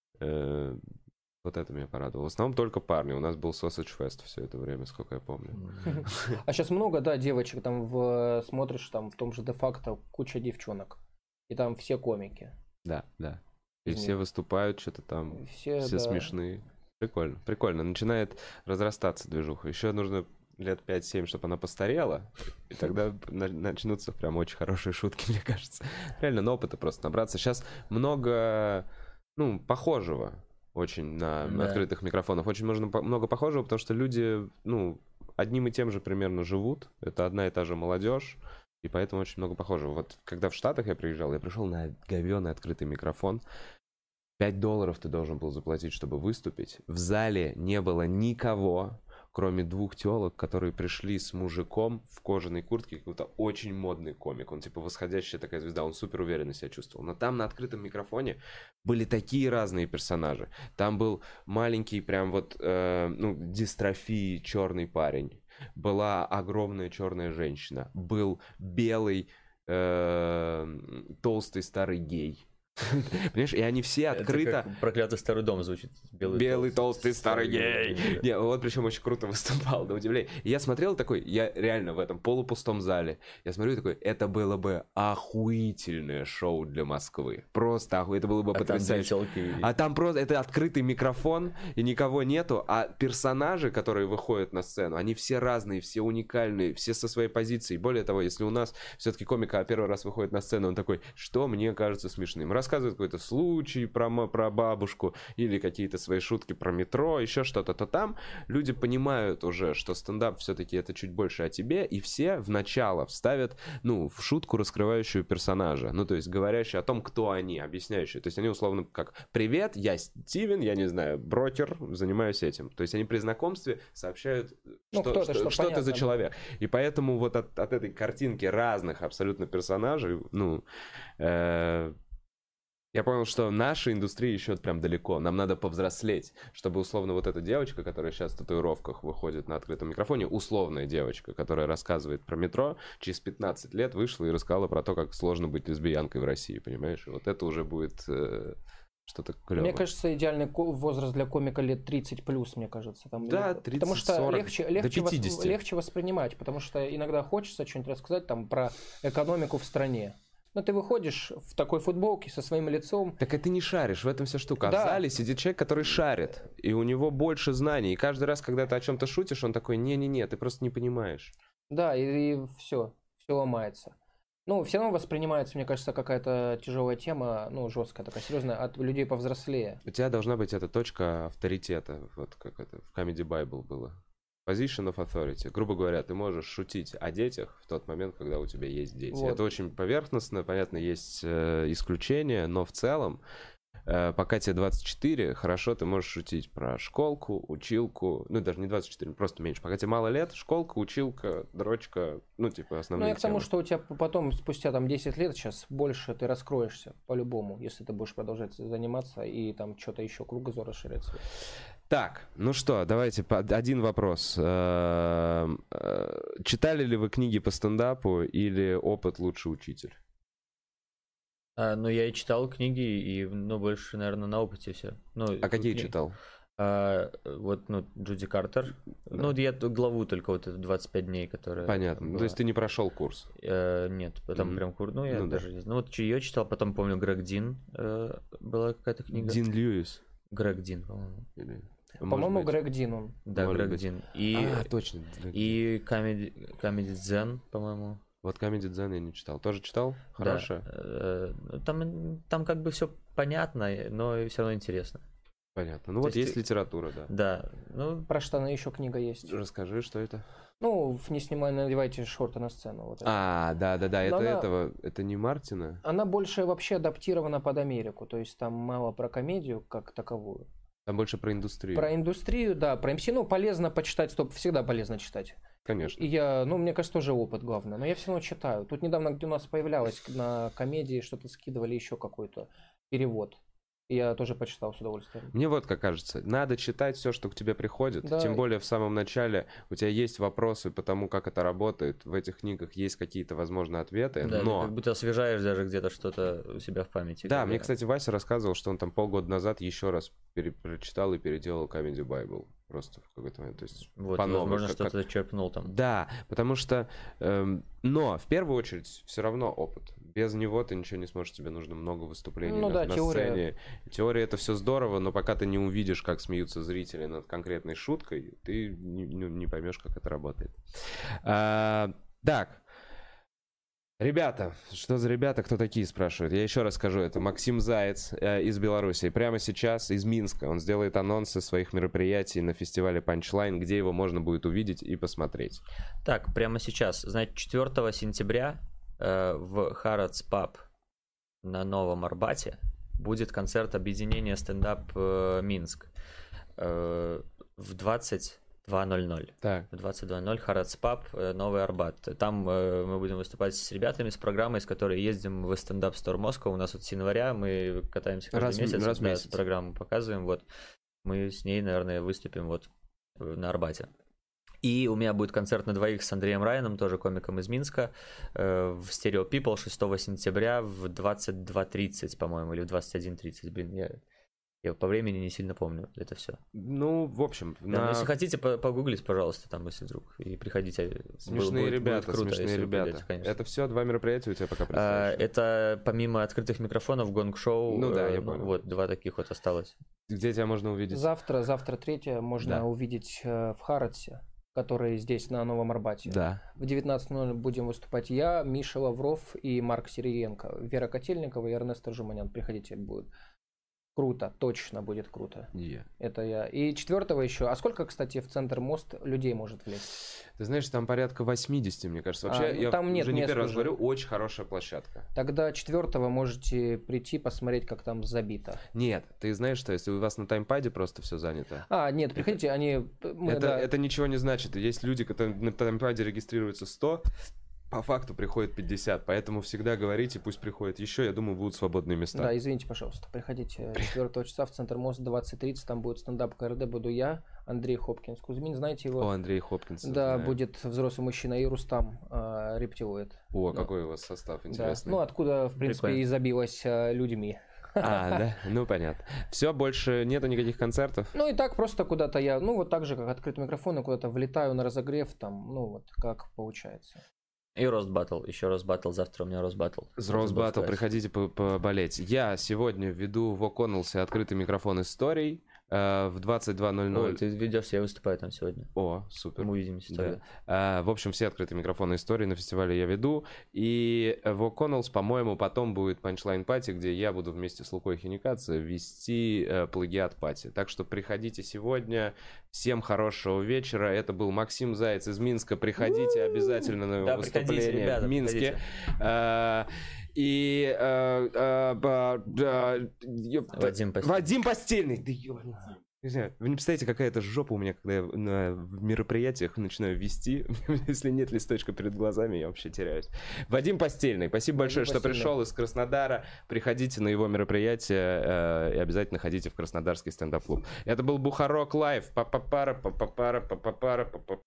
Э... Вот это меня порадовало. В основном только парни. У нас был Sausage Fest все это время, сколько я помню. А сейчас много, да, девочек там в... смотришь, там в том же де-факто куча девчонок. И там все комики. Да, да. И все выступают, что-то там, все, все да. смешные. Прикольно, прикольно. Начинает разрастаться движуха. Еще нужно лет пять-семь, чтобы она постарела, и тогда начнутся прям очень хорошие шутки, мне кажется. Реально на опыта просто набраться. Сейчас много, ну, похожего очень на да. открытых микрофонах. Очень много, много похожего, потому что люди, ну, одним и тем же примерно живут. Это одна и та же молодежь. И поэтому очень много похожего. Вот когда в Штатах я приезжал, я пришел на говёный открытый микрофон. пять долларов ты должен был заплатить, чтобы выступить. В зале не было никого, кроме двух тёлок, которые пришли с мужиком в кожаной куртке, какой-то очень модный комик. Он типа восходящая такая звезда, он супер уверенно себя чувствовал. Но там на открытом микрофоне были такие разные персонажи. Там был маленький прям вот, э, ну, дистрофии черный парень. Была огромная черная женщина. Был белый э, толстый старый гей. Понимаешь, и они все открыто... Это как проклятый старый дом звучит. Белый, Белый толстый, толстый старый гей. Не, он причем очень круто выступал, на удивление. И я смотрел такой, я реально в этом полупустом зале, я смотрю такой, это было бы охуительное шоу для Москвы. Просто охуительно, это было бы а потрясающе. Там а там просто, это открытый микрофон, и никого нету, а персонажи, которые выходят на сцену, они все разные, все уникальные, все со своей позицией. Более того, если у нас все-таки комика первый раз выходит на сцену, он такой, что мне кажется смешным. Рассказывает какой-то случай про, про бабушку или какие-то свои шутки про метро, еще что-то, то там люди понимают уже, что стендап все-таки это чуть больше о тебе, и все в начало вставят, ну, в шутку раскрывающую персонажа, ну, то есть говорящую о том, кто они, объясняющую. То есть они условно как «Привет, я Стивен, я не знаю, брокер, занимаюсь этим». То есть они при знакомстве сообщают, ну, что, что, что, что ты за человек. И поэтому вот от, от этой картинки разных абсолютно персонажей, ну, э- я понял, что наша индустрия еще прям далеко. Нам надо повзрослеть, чтобы условно вот эта девочка, которая сейчас в татуировках выходит на открытом микрофоне, условная девочка, которая рассказывает про метро, через пятнадцать лет вышла и рассказала про то, как сложно быть лесбиянкой в России, понимаешь? И вот это уже будет э, что-то клевое. Мне кажется, идеальный возраст для комика лет тридцать плюс, мне кажется. Там, да, тридцать, потому что сорок, легче, легче, вос, легче воспринимать, потому что иногда хочется что-нибудь рассказать там про экономику в стране. Но ты выходишь в такой футболке со своим лицом. Так и ты не шаришь, в этом вся штука. А да. в зале сидит человек, который шарит, и у него больше знаний. И каждый раз, когда ты о чем-то шутишь, он такой, не-не-не, ты просто не понимаешь. Да, и, и все, все ломается. Ну, все равно воспринимается, мне кажется, какая-то тяжелая тема, ну, жесткая такая, серьезная, от людей повзрослее. У тебя должна быть эта точка авторитета, вот как это в Comedy Bible было. Position of authority. Грубо говоря, ты можешь шутить о детях в тот момент, когда у тебя есть дети. Вот. Это очень поверхностно, понятно, есть э, исключения, но в целом, э, пока тебе двадцать четыре, хорошо, ты можешь шутить про школку, училку, ну, даже не двадцать четыре, просто меньше. Пока тебе мало лет, школка, училка, дрочка, ну, типа, основные Ну, я к тому, темы. что у тебя потом, спустя там десять лет, сейчас больше ты раскроешься по-любому, если ты будешь продолжать заниматься и там что-то еще, кругозор расширяется. Так, ну что, давайте по- один вопрос. Э, э, Читали ли вы книги по стендапу или «Опыт лучший учитель»? А, ну, я и читал книги, и, ну, больше, наверное, на опыте все. Ну, А какие кни- читал? А, вот, ну, Джуди Картер. Да. Ну, я ту главу только вот эту двадцать пять дней, которая... Понятно. была. То есть ты не прошел курс? Э, нет, потом Мгм. прям кур... Ну, я Ну да. даже не знаю. Ну, вот ее читал, потом помню Грег Дин. э, была какая-то книга. Дин Льюис? Грег Дин, по-моему. Или- По-моему, может быть. Грег Дин он. Да, Может Грег быть. Дин. И, А, точно. Грег Дин. и Comedy, Comedy Zen, по-моему. Вот Comedy Zen я не читал. Тоже читал? Да. Хорошая? Э, ну, там, там как бы все понятно, но все равно интересно. Понятно. Ну То вот есть есть ты- литература, да. Да, ну, Про штаны еще книга есть. Расскажи, что это? Ну, не снимай, надевайте шорты на сцену. Вот это. А, да-да-да, это Но она- этого, это не Мартина? Она больше вообще адаптирована под Америку, то есть там мало про комедию как таковую. Там больше про индустрию. Про индустрию, да, про эм си, ну, полезно почитать, стоп, всегда полезно читать. Конечно. И я, ну, мне кажется, тоже опыт главное, но я все равно читаю. Тут недавно, где у нас появлялось на комедии, что-то скидывали еще какой-то перевод. И я тоже почитал с удовольствием. Мне вот как кажется, надо читать все, что к тебе приходит. Да. Тем более в самом начале у тебя есть вопросы по тому, как это работает. В этих книгах есть какие-то, возможно, ответы. да, ты но... как будто освежаешь даже где-то что-то у себя в памяти. Да, когда- мне, кстати, Вася рассказывал, что он там полгода назад еще раз пере- прочитал и переделал Comedy Bible. Просто в какой-то момент. То есть Вот, по новой, возможно, как- что-то зачерпнул там. Да, потому что... эм, но, в первую очередь, все равно опыт. Без него ты ничего не сможешь, тебе нужно много выступлений Ну на, да, на теория. сцене. Теория — это все здорово, но пока ты не увидишь, как смеются зрители над конкретной шуткой, ты не, не- не поймешь, как это работает. А, так. Ребята, что за ребята, кто такие, спрашивают? Я еще раз скажу, это Максим Заяц э, из Беларуси. Прямо сейчас из Минска. Он сделает анонсы своих мероприятий на фестивале Punchline, где его можно будет увидеть и посмотреть. Так, прямо сейчас. Значит, четвёртого сентября э, в Харатс Паб на Новом Арбате будет концерт объединения стендап э, Минск э, в двадцать два ноль ноль. Так. В двадцать два ноль ноль Харатс Паб, э, Новый Арбат. Там э, мы будем выступать с ребятами, с программой, с которой ездим в стендап Store Moscow. У нас вот с января мы катаемся каждый Раз в- месяц, раз в да, месяц. с программу показываем. Вот мы с ней, наверное, выступим вот э, на Арбате. И у меня будет концерт на двоих с Андреем Райаном, тоже комиком из Минска, э, в Stereo People шестого сентября в двадцать два тридцать, по-моему, или в двадцать один тридцать. Блин, я, я по времени не сильно помню это все. Ну, в общем, Да, на- но если хотите, по- погуглить, пожалуйста, там, если вдруг, и приходите. смешные Будет- ребята, будет круто, смешные если вы ребята. придете, конечно. Это все два мероприятия у тебя пока А, предстоящие? это помимо открытых микрофонов, гонг-шоу, Ну да, э, я понял. вот два таких вот осталось. Где тебя можно увидеть? Завтра, завтра третье можно Да. увидеть э, в Харатсе, который здесь на Новом Арбате. Да. В девятнадцать ноль будем выступать я, Миша Лавров и Марк Сириенко. Вера Котельникова и Эрнест Аржуманян. Приходите, будет круто, точно будет круто. Не. Это я. И четвертого еще. А сколько, кстати, в центр мост людей может влезть? Ты знаешь, там порядка восемьдесят, мне кажется. Вообще, А, ну я там нет уже не мест первый раз уже. говорю, очень хорошая площадка. Тогда четвертого можете прийти посмотреть, как там забито. Нет, ты знаешь, что если у вас на таймпаде просто все занято, А, нет, приходите, они... Мы, это, да, это ничего не значит. Есть люди, которые на таймпаде регистрируются сто, по факту приходит пятьдесят. Поэтому всегда говорите, пусть приходит еще. Я думаю, будут свободные места. Да, извините, пожалуйста, приходите четвёртого числа в центр мост двадцать тридцать, там будет стендап КРД, буду я, Андрей Хопкинс Кузьмин, знаете его? О, Андрей Хопкинс. Да, знаю. будет взрослый мужчина и Рустам э, рептилоид. О, Да. какой у вас состав Да. интересный. Ну, откуда, в принципе, Прикольно. и забилось э, людьми. А, да? Ну, понятно. Все, больше нету никаких концертов? Ну и так просто куда-то я, ну вот так же, как открытый микрофон, я куда-то влетаю на разогрев, там, ну вот как получается. И Рост Баттл, еще Рост Баттл, завтра у меня Рост Баттл. С Роуз Баттл, приходите по- поболеть. Я сегодня веду в О'Коннелсе открытый микрофон историй. э, в двадцать два ноль ноль. Ой, ты ведешь, я выступаю там сегодня. О, супер. Мы увидимся Да. тогда. А, в общем, все открытые микрофоны истории на фестивале я веду. И в O'Connell's, по-моему, потом будет панчлайн-пати, где я буду вместе с Лукой Хиникадзе вести э, плагиат-пати. Так что приходите сегодня. Всем хорошего вечера. Это был Максим Заяц из Минска. Приходите обязательно на его Да, выступление приходите, ребята, в Минске. приходите. А, и а, а, ба- да, ёпта. Вадим Постельный. Вадим Постельный. Да ёбаный. Не знаю, вы не представляете, какая это жопа у меня, когда я на в мероприятиях начинаю вести. Если нет листочка перед глазами, я вообще теряюсь. Вадим Постельный, спасибо большое, что Постельный. пришел из Краснодара. Приходите на его мероприятие э, и обязательно ходите в Краснодарский стендап-клуб. Это был Бухарок Лайв. Па-па-пара, па-па-пара, па-па-пара, па-па-пара.